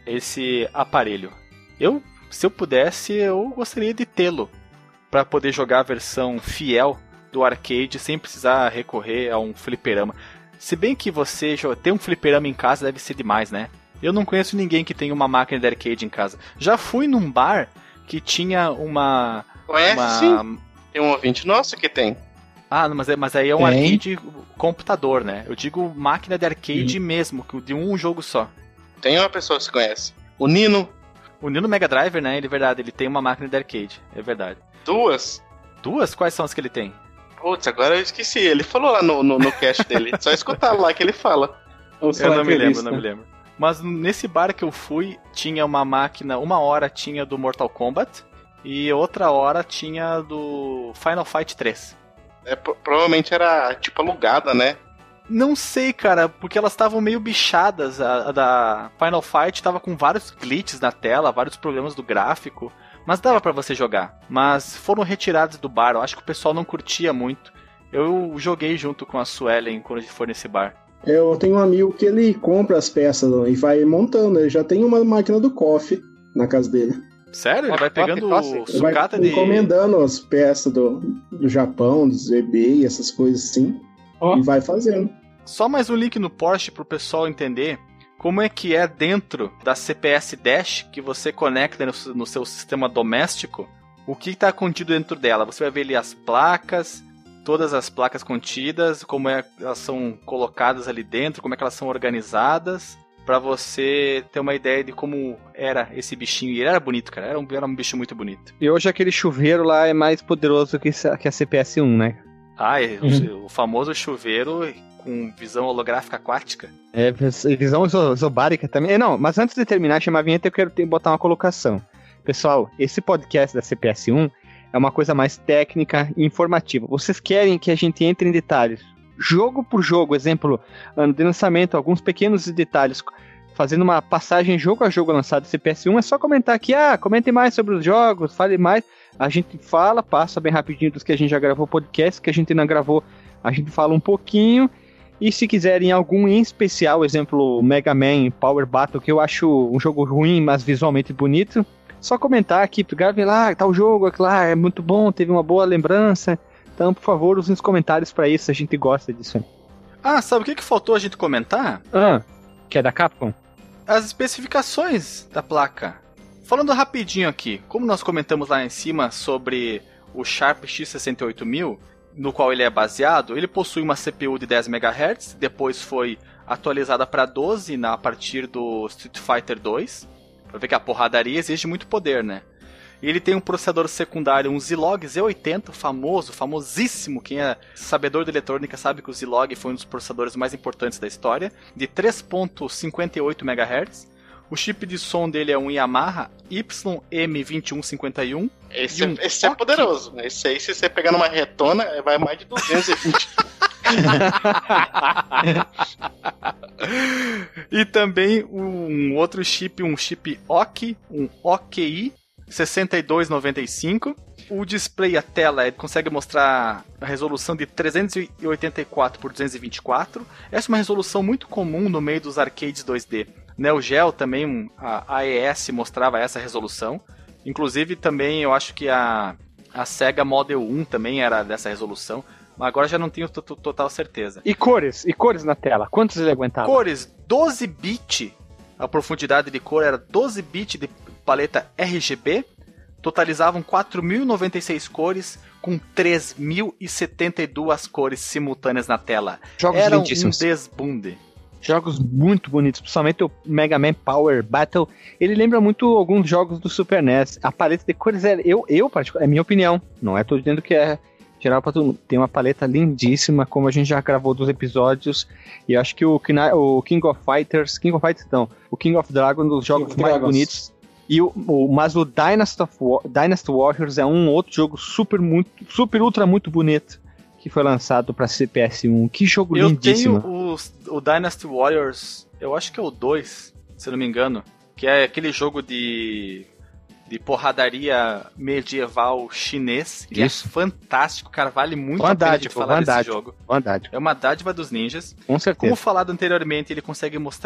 esse aparelho. Se eu pudesse, eu gostaria de tê-lo para poder jogar a versão fiel do arcade sem precisar recorrer a um fliperama. Se bem que você ter um fliperama em casa deve ser demais, né? Eu não conheço ninguém que tenha uma máquina de arcade em casa. Já fui num bar que tinha uma... Sim. Tem um ouvinte nosso que tem. Ah, mas aí é um arcade computador, né? Eu digo máquina de arcade mesmo, de um jogo só. Tem uma pessoa que se conhece. O Nino. O Nino Mega Driver, né? Ele é verdade, ele tem uma máquina de arcade. É verdade. Duas? Quais são as que ele tem? Putz, agora eu esqueci. Ele falou lá no cast dele. Só escutar lá que ele fala. Eu não me lembro. Mas nesse bar que eu fui, tinha uma máquina, uma hora tinha do Mortal Kombat e outra hora tinha do Final Fight 3. Provavelmente era tipo alugada, né? Não sei, cara, porque elas estavam meio bichadas. A da Final Fight tava com vários glitches na tela, vários problemas do gráfico. Mas dava pra você jogar. Mas foram retirados do bar, eu acho que o pessoal não curtia muito. Eu joguei junto com a Suelen quando a gente foi nesse bar. Eu tenho um amigo que ele compra as peças e vai montando. Ele já tem uma máquina do KOF na casa dele. Sério? Ele vai pegando sucata de... encomendando as peças do Japão, do eBay, essas coisas assim. E vai fazendo. Só mais um link no Porsche pro pessoal entender como é que é dentro da CPS Dash que você conecta no seu sistema doméstico. O que está contido dentro dela? Você vai ver ali as placas, todas as placas contidas, como elas são colocadas ali dentro, como é que elas são organizadas, para você ter uma ideia de como era esse bichinho. E ele era bonito, cara, era um bicho muito bonito. E hoje aquele chuveiro lá é mais poderoso que a CPS-1, né? O famoso chuveiro com visão holográfica aquática. Visão isobárica também. Não, mas antes de terminar, chamar a vinheta, eu quero botar uma colocação. Pessoal, esse podcast da CPS-1 é uma coisa mais técnica e informativa. Vocês querem que a gente entre em detalhes, jogo por jogo, exemplo, ano de lançamento, alguns pequenos detalhes, fazendo uma passagem jogo a jogo lançado do CPS-1, é só comentar aqui, comente mais sobre os jogos, fale mais. A gente fala, passa bem rapidinho dos que a gente já gravou podcast, que a gente não gravou, a gente fala um pouquinho. E se quiserem algum em especial, exemplo, Mega Man Power Battle, que eu acho um jogo ruim, mas visualmente bonito, só comentar aqui, gravem lá, tal jogo, é muito bom, teve uma boa lembrança. Então, por favor, usem os comentários pra isso, a gente gosta disso. Sabe o que faltou a gente comentar? Que é da Capcom? As especificações da placa. Falando rapidinho aqui, como nós comentamos lá em cima sobre o Sharp X68000, no qual ele é baseado, ele possui uma CPU de 10 MHz, depois foi atualizada para 12 a partir do Street Fighter 2, para ver que a porradaria exige muito poder, né? E ele tem um processador secundário, um Zilog Z80, famosíssimo, quem é sabedor de eletrônica sabe que o Zilog foi um dos processadores mais importantes da história, de 3.58 MHz. O chip de som dele é um Yamaha YM2151. Esse é poderoso, né? Esse aí, se você pegar numa retona, vai mais de 220. E também um outro chip, um chip OKI, um OKI 6295. O display, a tela, ele consegue mostrar a resolução de 384 por 224. Essa é uma resolução muito comum no meio dos arcades 2D. Neo Geo também, a AES mostrava essa resolução. Inclusive também eu acho que a Sega Model 1 também era dessa resolução. Mas agora já não tenho total certeza. E cores na tela? Quantos ele aguentava? Cores, 12 bits. A profundidade de cor era 12 bits de paleta RGB. Totalizavam 4.096 cores com 3.072 cores simultâneas na tela. Jogos era lindíssimos. Um desbunde. Jogos muito bonitos, principalmente o Mega Man Power Battle. Ele lembra muito alguns jogos do Super NES. A paleta de cores é minha opinião. Não é tô dizendo que é geral para todo mundo. Tem uma paleta lindíssima, como a gente já gravou dos episódios. E eu acho que o King of Dragon, um dos jogos mais bonitos. Mas o Dynasty Warriors é um outro jogo super ultra muito bonito, que foi lançado para CPS-1. Que jogo lindíssimo. Eu tenho o Dynasty Warriors, eu acho que é o 2, se não me engano, que é aquele jogo de porradaria medieval chinês. Ele é fantástico, cara, vale muito a pena de falar desse jogo. É uma dádiva dos ninjas. Com certeza. Como falado anteriormente, ele consegue mostrar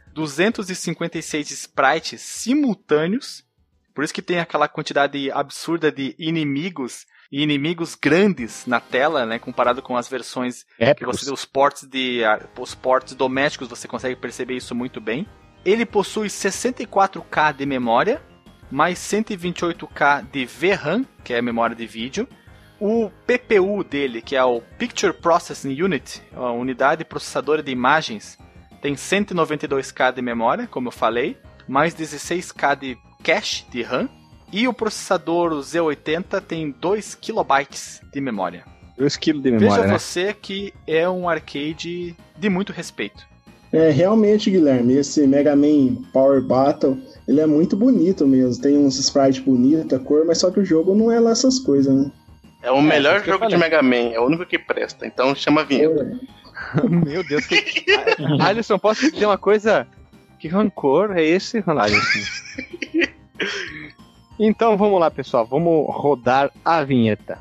256 sprites simultâneos, por isso que tem aquela quantidade absurda de inimigos e inimigos grandes na tela, né, comparado com as versões que você tem os ports domésticos, você consegue perceber isso muito bem. Ele possui 64K de memória, mais 128K de VRAM, que é a memória de vídeo. O PPU dele, que é o Picture Processing Unit, a unidade processadora de imagens, tem 192K de memória, como eu falei, mais 16K de cache de RAM. E o processador Z80 tem 2 KB de memória. 2 KB de memória, Veja você que é um arcade de muito respeito. Realmente, Guilherme, esse Mega Man Power Battle, ele é muito bonito mesmo. Tem uns sprites bonitos, a cor, mas só que o jogo não é lá essas coisas, né? É o melhor jogo de Mega Man, é o único que presta, então chama a vinheta. Meu Deus, Alisson, posso te dizer uma coisa? Que rancor é esse, Alisson? Então vamos lá, pessoal, vamos rodar a vinheta.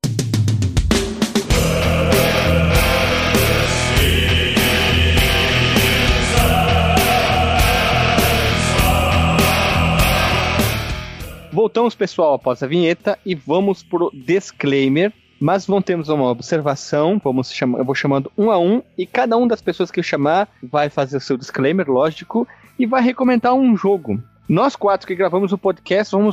Voltamos, pessoal, após a vinheta e vamos pro disclaimer. Mas temos uma observação, eu vou chamando um a um, e cada uma das pessoas que eu chamar vai fazer o seu disclaimer, lógico, e vai recomendar um jogo. Nós 4 que gravamos o podcast, vamos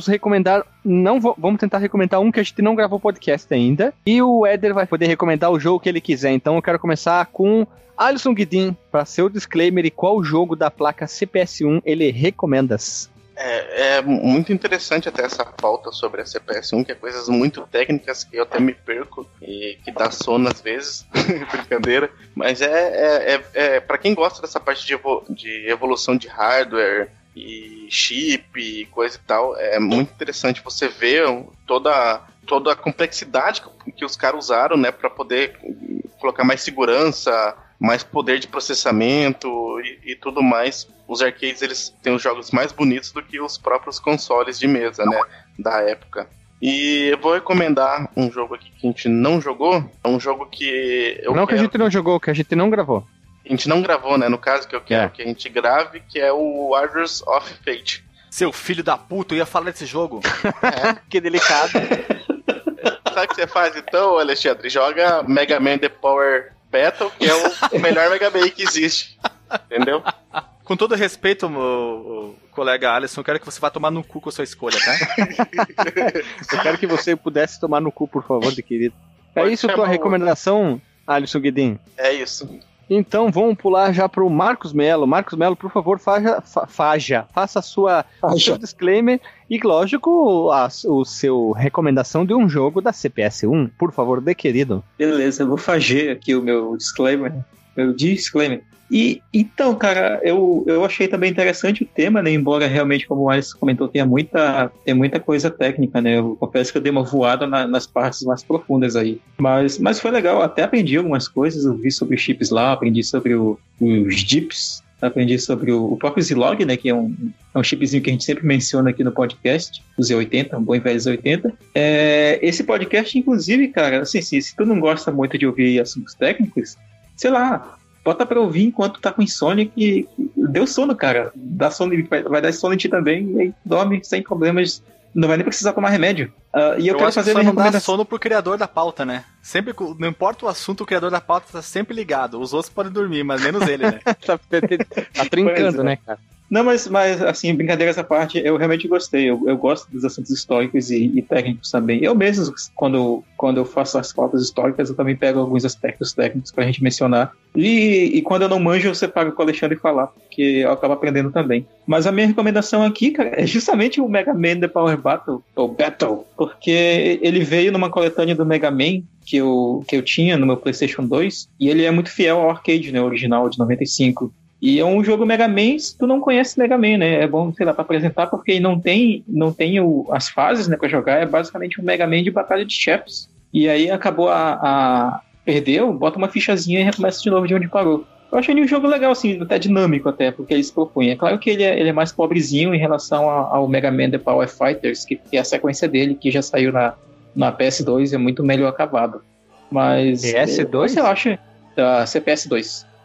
tentar recomendar um que a gente não gravou podcast ainda, e o Éder vai poder recomendar o jogo que ele quiser. Então eu quero começar com Alisson Guidin, para seu disclaimer e qual jogo da placa CPS1 ele recomenda. É muito interessante até essa pauta sobre a CPS1, que é coisas muito técnicas que eu até me perco e que dá sono às vezes, brincadeira, mas para quem gosta dessa parte de evolução de hardware e chip e coisa e tal, é muito interessante você ver toda a complexidade que os caras usaram, né, para poder colocar mais segurança, mais poder de processamento e tudo mais. Os arcades, eles têm os jogos mais bonitos do que os próprios consoles de mesa, né, da época. E eu vou recomendar um jogo aqui que a gente não jogou, é um jogo que que a gente não jogou, que a gente não gravou. A gente não gravou, né, no caso que eu quero que a gente grave, que é o Warriors of Fate. Seu filho da puta, eu ia falar desse jogo. Que delicado. Sabe o que você faz então, Alexandre? Joga Mega Man The Power Battle, que é o melhor Mega Man que existe. Entendeu? Com todo respeito, o colega Alisson, eu quero que você vá tomar no cu com a sua escolha, tá? Eu quero que você pudesse tomar no cu, por favor, de querido. É isso a tua recomendação, Alisson Guidin? É isso. Então vamos pular já pro Marcos Melo. Marcos Melo, por favor, faça o seu disclaimer e, lógico, o seu recomendação de um jogo da CPS1. Por favor, de querido. Beleza, eu vou fazer aqui o meu disclaimer. E então, cara, eu achei também interessante o tema, né? Embora realmente, como o Alisson comentou, tenha muita coisa técnica, né? Eu confesso que eu dei uma voada nas partes mais profundas aí. Mas foi legal, até aprendi algumas coisas, eu vi sobre os chips lá, aprendi sobre os DIPs, aprendi sobre o próprio Zilog, né? Que é um chipzinho que a gente sempre menciona aqui no podcast, o Z80, um bom velho Z80. Esse podcast, inclusive, cara, assim, se tu não gosta muito de ouvir assuntos técnicos, sei lá, bota pra ouvir enquanto tá com insônia, que deu sono, cara. Dá sono, vai dar sono em ti também, e aí dorme sem problemas, não vai nem precisar tomar remédio. E eu quero fazer minha recomendação. Dá sono pro criador da pauta, né? Sempre, não importa o assunto, o criador da pauta tá sempre ligado. Os outros podem dormir, mas menos ele, né? Tá trincando, né, cara? Não, mas assim, brincadeiras à parte, eu realmente gostei. Eu gosto dos assuntos históricos e técnicos também. Eu mesmo, quando eu faço as pautas históricas, eu também pego alguns aspectos técnicos pra gente mencionar. E quando eu não manjo, eu separo com o Alexandre falar, porque eu acabo aprendendo também. Mas a minha recomendação aqui, cara, é justamente o Mega Man The Power Battle, ou Battle, porque ele veio numa coletânea do Mega Man que eu tinha no meu PlayStation 2, e ele é muito fiel ao arcade, né, original de 95. E é um jogo Mega Man, se tu não conhece Mega Man, né? É bom, sei lá, pra apresentar, porque não tem as fases, né, pra jogar. É basicamente um Mega Man de batalha de chefes. E aí acabou perdeu, bota uma fichazinha e recomeça de novo de onde parou. Eu achei um jogo legal, assim, até dinâmico até, porque ele se propõe. É claro que ele é mais pobrezinho em relação ao Mega Man The Power Fighters, que é a sequência dele, que já saiu na PS2, é muito melhor acabado. Mas... PS2? Você acha? Da CPS2.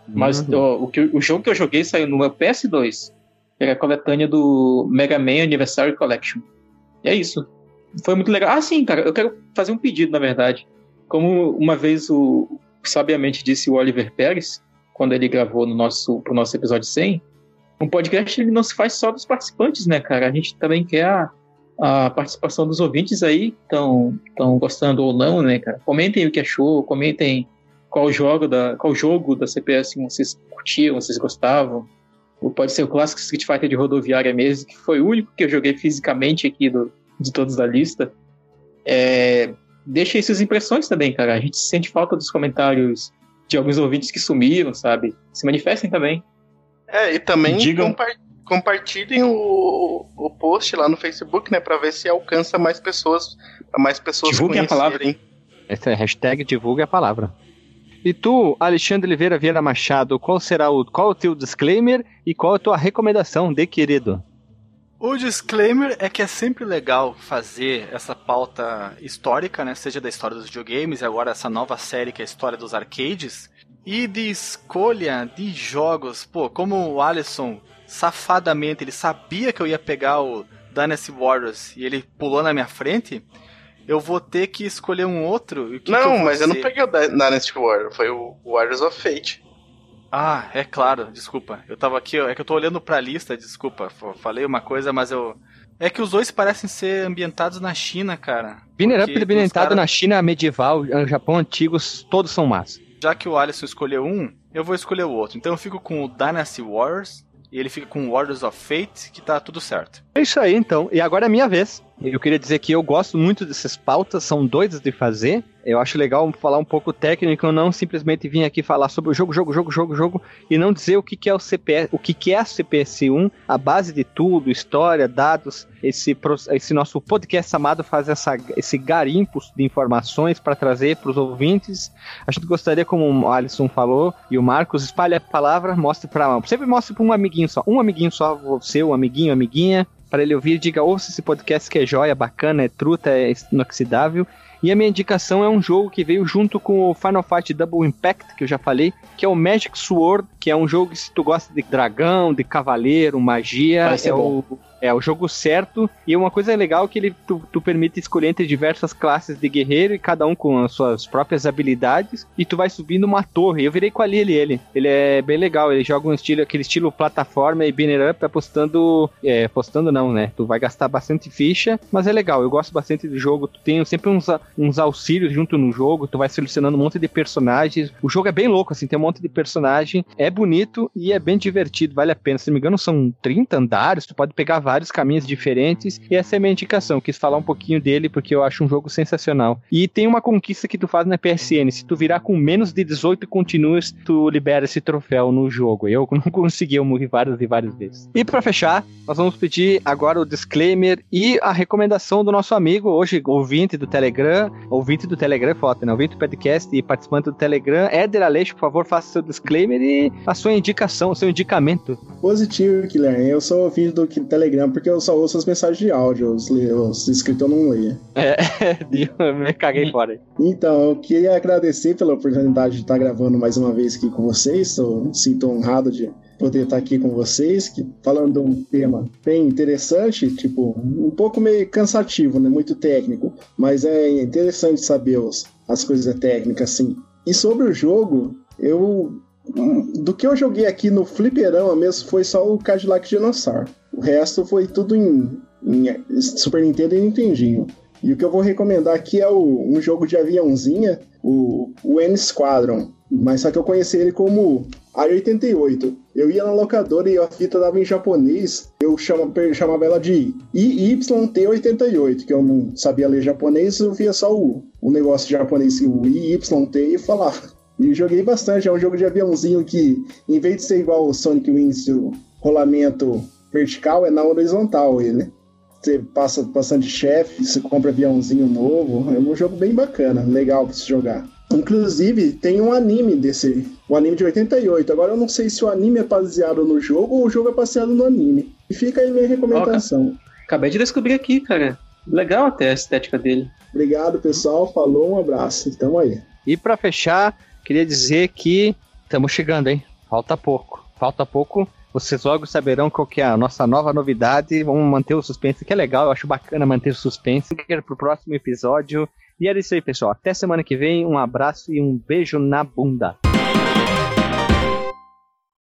Mas o jogo que eu joguei saiu no meu PS2. Que era a coletânea do Mega Man Anniversary Collection. E é isso. Foi muito legal. Ah, sim, cara, eu quero fazer um pedido, na verdade. Como uma vez sabiamente disse o Oliver Pérez, quando ele gravou pro nosso episódio 100, um podcast ele não se faz só dos participantes, né, cara? A gente também quer a participação dos ouvintes aí, estão gostando ou não, né, cara? Comentem o que achou, comentem qual jogo da CPS vocês curtiam, vocês gostavam. Ou pode ser o clássico Street Fighter de rodoviária mesmo, que foi o único que eu joguei fisicamente aqui de todos da lista. Deixa aí suas impressões também, cara. A gente sente falta dos comentários de alguns ouvintes que sumiram, sabe? Se manifestem também. E também compartilhem o post lá no Facebook, né? Pra ver se alcança mais pessoas, pra mais pessoas divulguem a palavra, hein? Essa é a hashtag divulgue a palavra. E tu, Alexandre Oliveira Vieira Machado, qual o teu disclaimer e qual a tua recomendação, querido? O disclaimer é que é sempre legal fazer essa pauta histórica, né? Seja da história dos videogames e agora essa nova série que é a história dos arcades. E de escolha de jogos. Pô, como o Alisson, safadamente, ele sabia que eu ia pegar o Dynasty Warriors e ele pulou na minha frente, eu vou ter que escolher um outro. Mas eu não peguei o Dynasty Warriors, foi o Warriors of Fate. Ah, é claro, desculpa. Eu tava aqui, é que eu tô olhando pra lista, desculpa. Falei uma coisa, mas eu... É que os dois parecem ser ambientados na China, cara. Binner Up ambientado na China medieval, no Japão antigo, todos são massa. Já que o Alisson escolheu um, eu vou escolher o outro. Então eu fico com o Dynasty Warriors e ele fica com o Warriors of Fate, que tá tudo certo. É isso aí, então. E agora é minha vez. Eu queria dizer que eu gosto muito dessas pautas, são doidas de fazer. Eu acho legal falar um pouco técnico, não simplesmente vir aqui falar sobre o jogo, e não dizer o que é o CPS, o que é a CPS1, a base de tudo, história, dados. Esse nosso podcast amado faz esse garimpo de informações para trazer para os ouvintes. A gente gostaria, como o Alisson falou, e o Marcos, espalhe a palavra, sempre mostre para um amiguinho só, você, um amiguinho, amiguinha, para ele ouvir e diga, ouça esse podcast que é joia, bacana, é truta, é inoxidável. E a minha indicação é um jogo que veio junto com o Final Fight Double Impact, que eu já falei, que é o Magic Sword, que é um jogo que se tu gosta de dragão, de cavaleiro, magia, é o jogo certo. E uma coisa legal é que tu permite escolher entre diversas classes de guerreiro e cada um com as suas próprias habilidades, e tu vai subindo uma torre. Eu virei com a Lily ele é bem legal, ele joga aquele estilo plataforma e binner up, apostando não, né? Tu vai gastar bastante ficha, mas é legal, eu gosto bastante do jogo. Tu tem sempre uns auxílios junto no jogo, tu vai selecionando um monte de personagens. O jogo é bem louco, assim, tem um monte de personagem, é bonito e é bem divertido, vale a pena. Se não me engano, são 30 andares, tu pode pegar vários caminhos diferentes, e essa é a minha indicação. Quis falar um pouquinho dele porque eu acho um jogo sensacional. E tem uma conquista que tu faz na PSN, se tu virar com menos de 18 continuous, tu libera esse troféu no jogo. Eu não consegui, eu morri várias e várias vezes. E pra fechar, nós vamos pedir agora o disclaimer e a recomendação do nosso amigo, hoje ouvinte do Telegram, foto, né? Ouvinte do podcast e participante do Telegram, Éder Aleixo, por favor, faça seu disclaimer e a sua indicação, o seu indicamento. Positivo, Guilherme. Eu sou ouvinte do Telegram porque eu só ouço as mensagens de áudio, os escritos eu não leio. Eu me caguei fora. Então, eu queria agradecer pela oportunidade de estar gravando mais uma vez aqui com vocês. Sinto honrado de poder estar aqui com vocês, falando de um tema bem interessante, tipo, um pouco meio cansativo, né? Muito técnico, mas é interessante saber as coisas técnicas, assim. E sobre o jogo, do que eu joguei aqui no fliperama mesmo, foi só o Cadillac Dinosaur. O resto foi tudo em Super Nintendo e Nintendinho. E o que eu vou recomendar aqui é um jogo de aviãozinha, o N-Squadron. Mas só que eu conheci ele como A88. Eu ia na locadora e a fita dava em japonês. Eu chamava ela de IYT88, que eu não sabia ler japonês, eu via só o negócio de japonês, o IYT, e falava. E joguei bastante. É um jogo de aviãozinho que, em vez de ser igual o Sonic Wings, o rolamento vertical, é na horizontal ele. Você passa bastante chefe, você compra aviãozinho novo. É um jogo bem bacana, legal pra se jogar. Inclusive, tem um anime o anime de 88. Agora eu não sei se o anime é baseado no jogo ou o jogo é baseado no anime. E fica aí minha recomendação. Acabei de descobrir aqui, cara. Legal até a estética dele. Obrigado, pessoal. Falou, um abraço. Tamo aí. E pra fechar, queria dizer que estamos chegando, hein? Falta pouco. Vocês logo saberão qual que é a nossa nova novidade. Vamos manter o suspense, que é legal. Eu acho bacana manter o suspense. Pro próximo episódio. E era isso aí, pessoal. Até semana que vem. Um abraço e um beijo na bunda.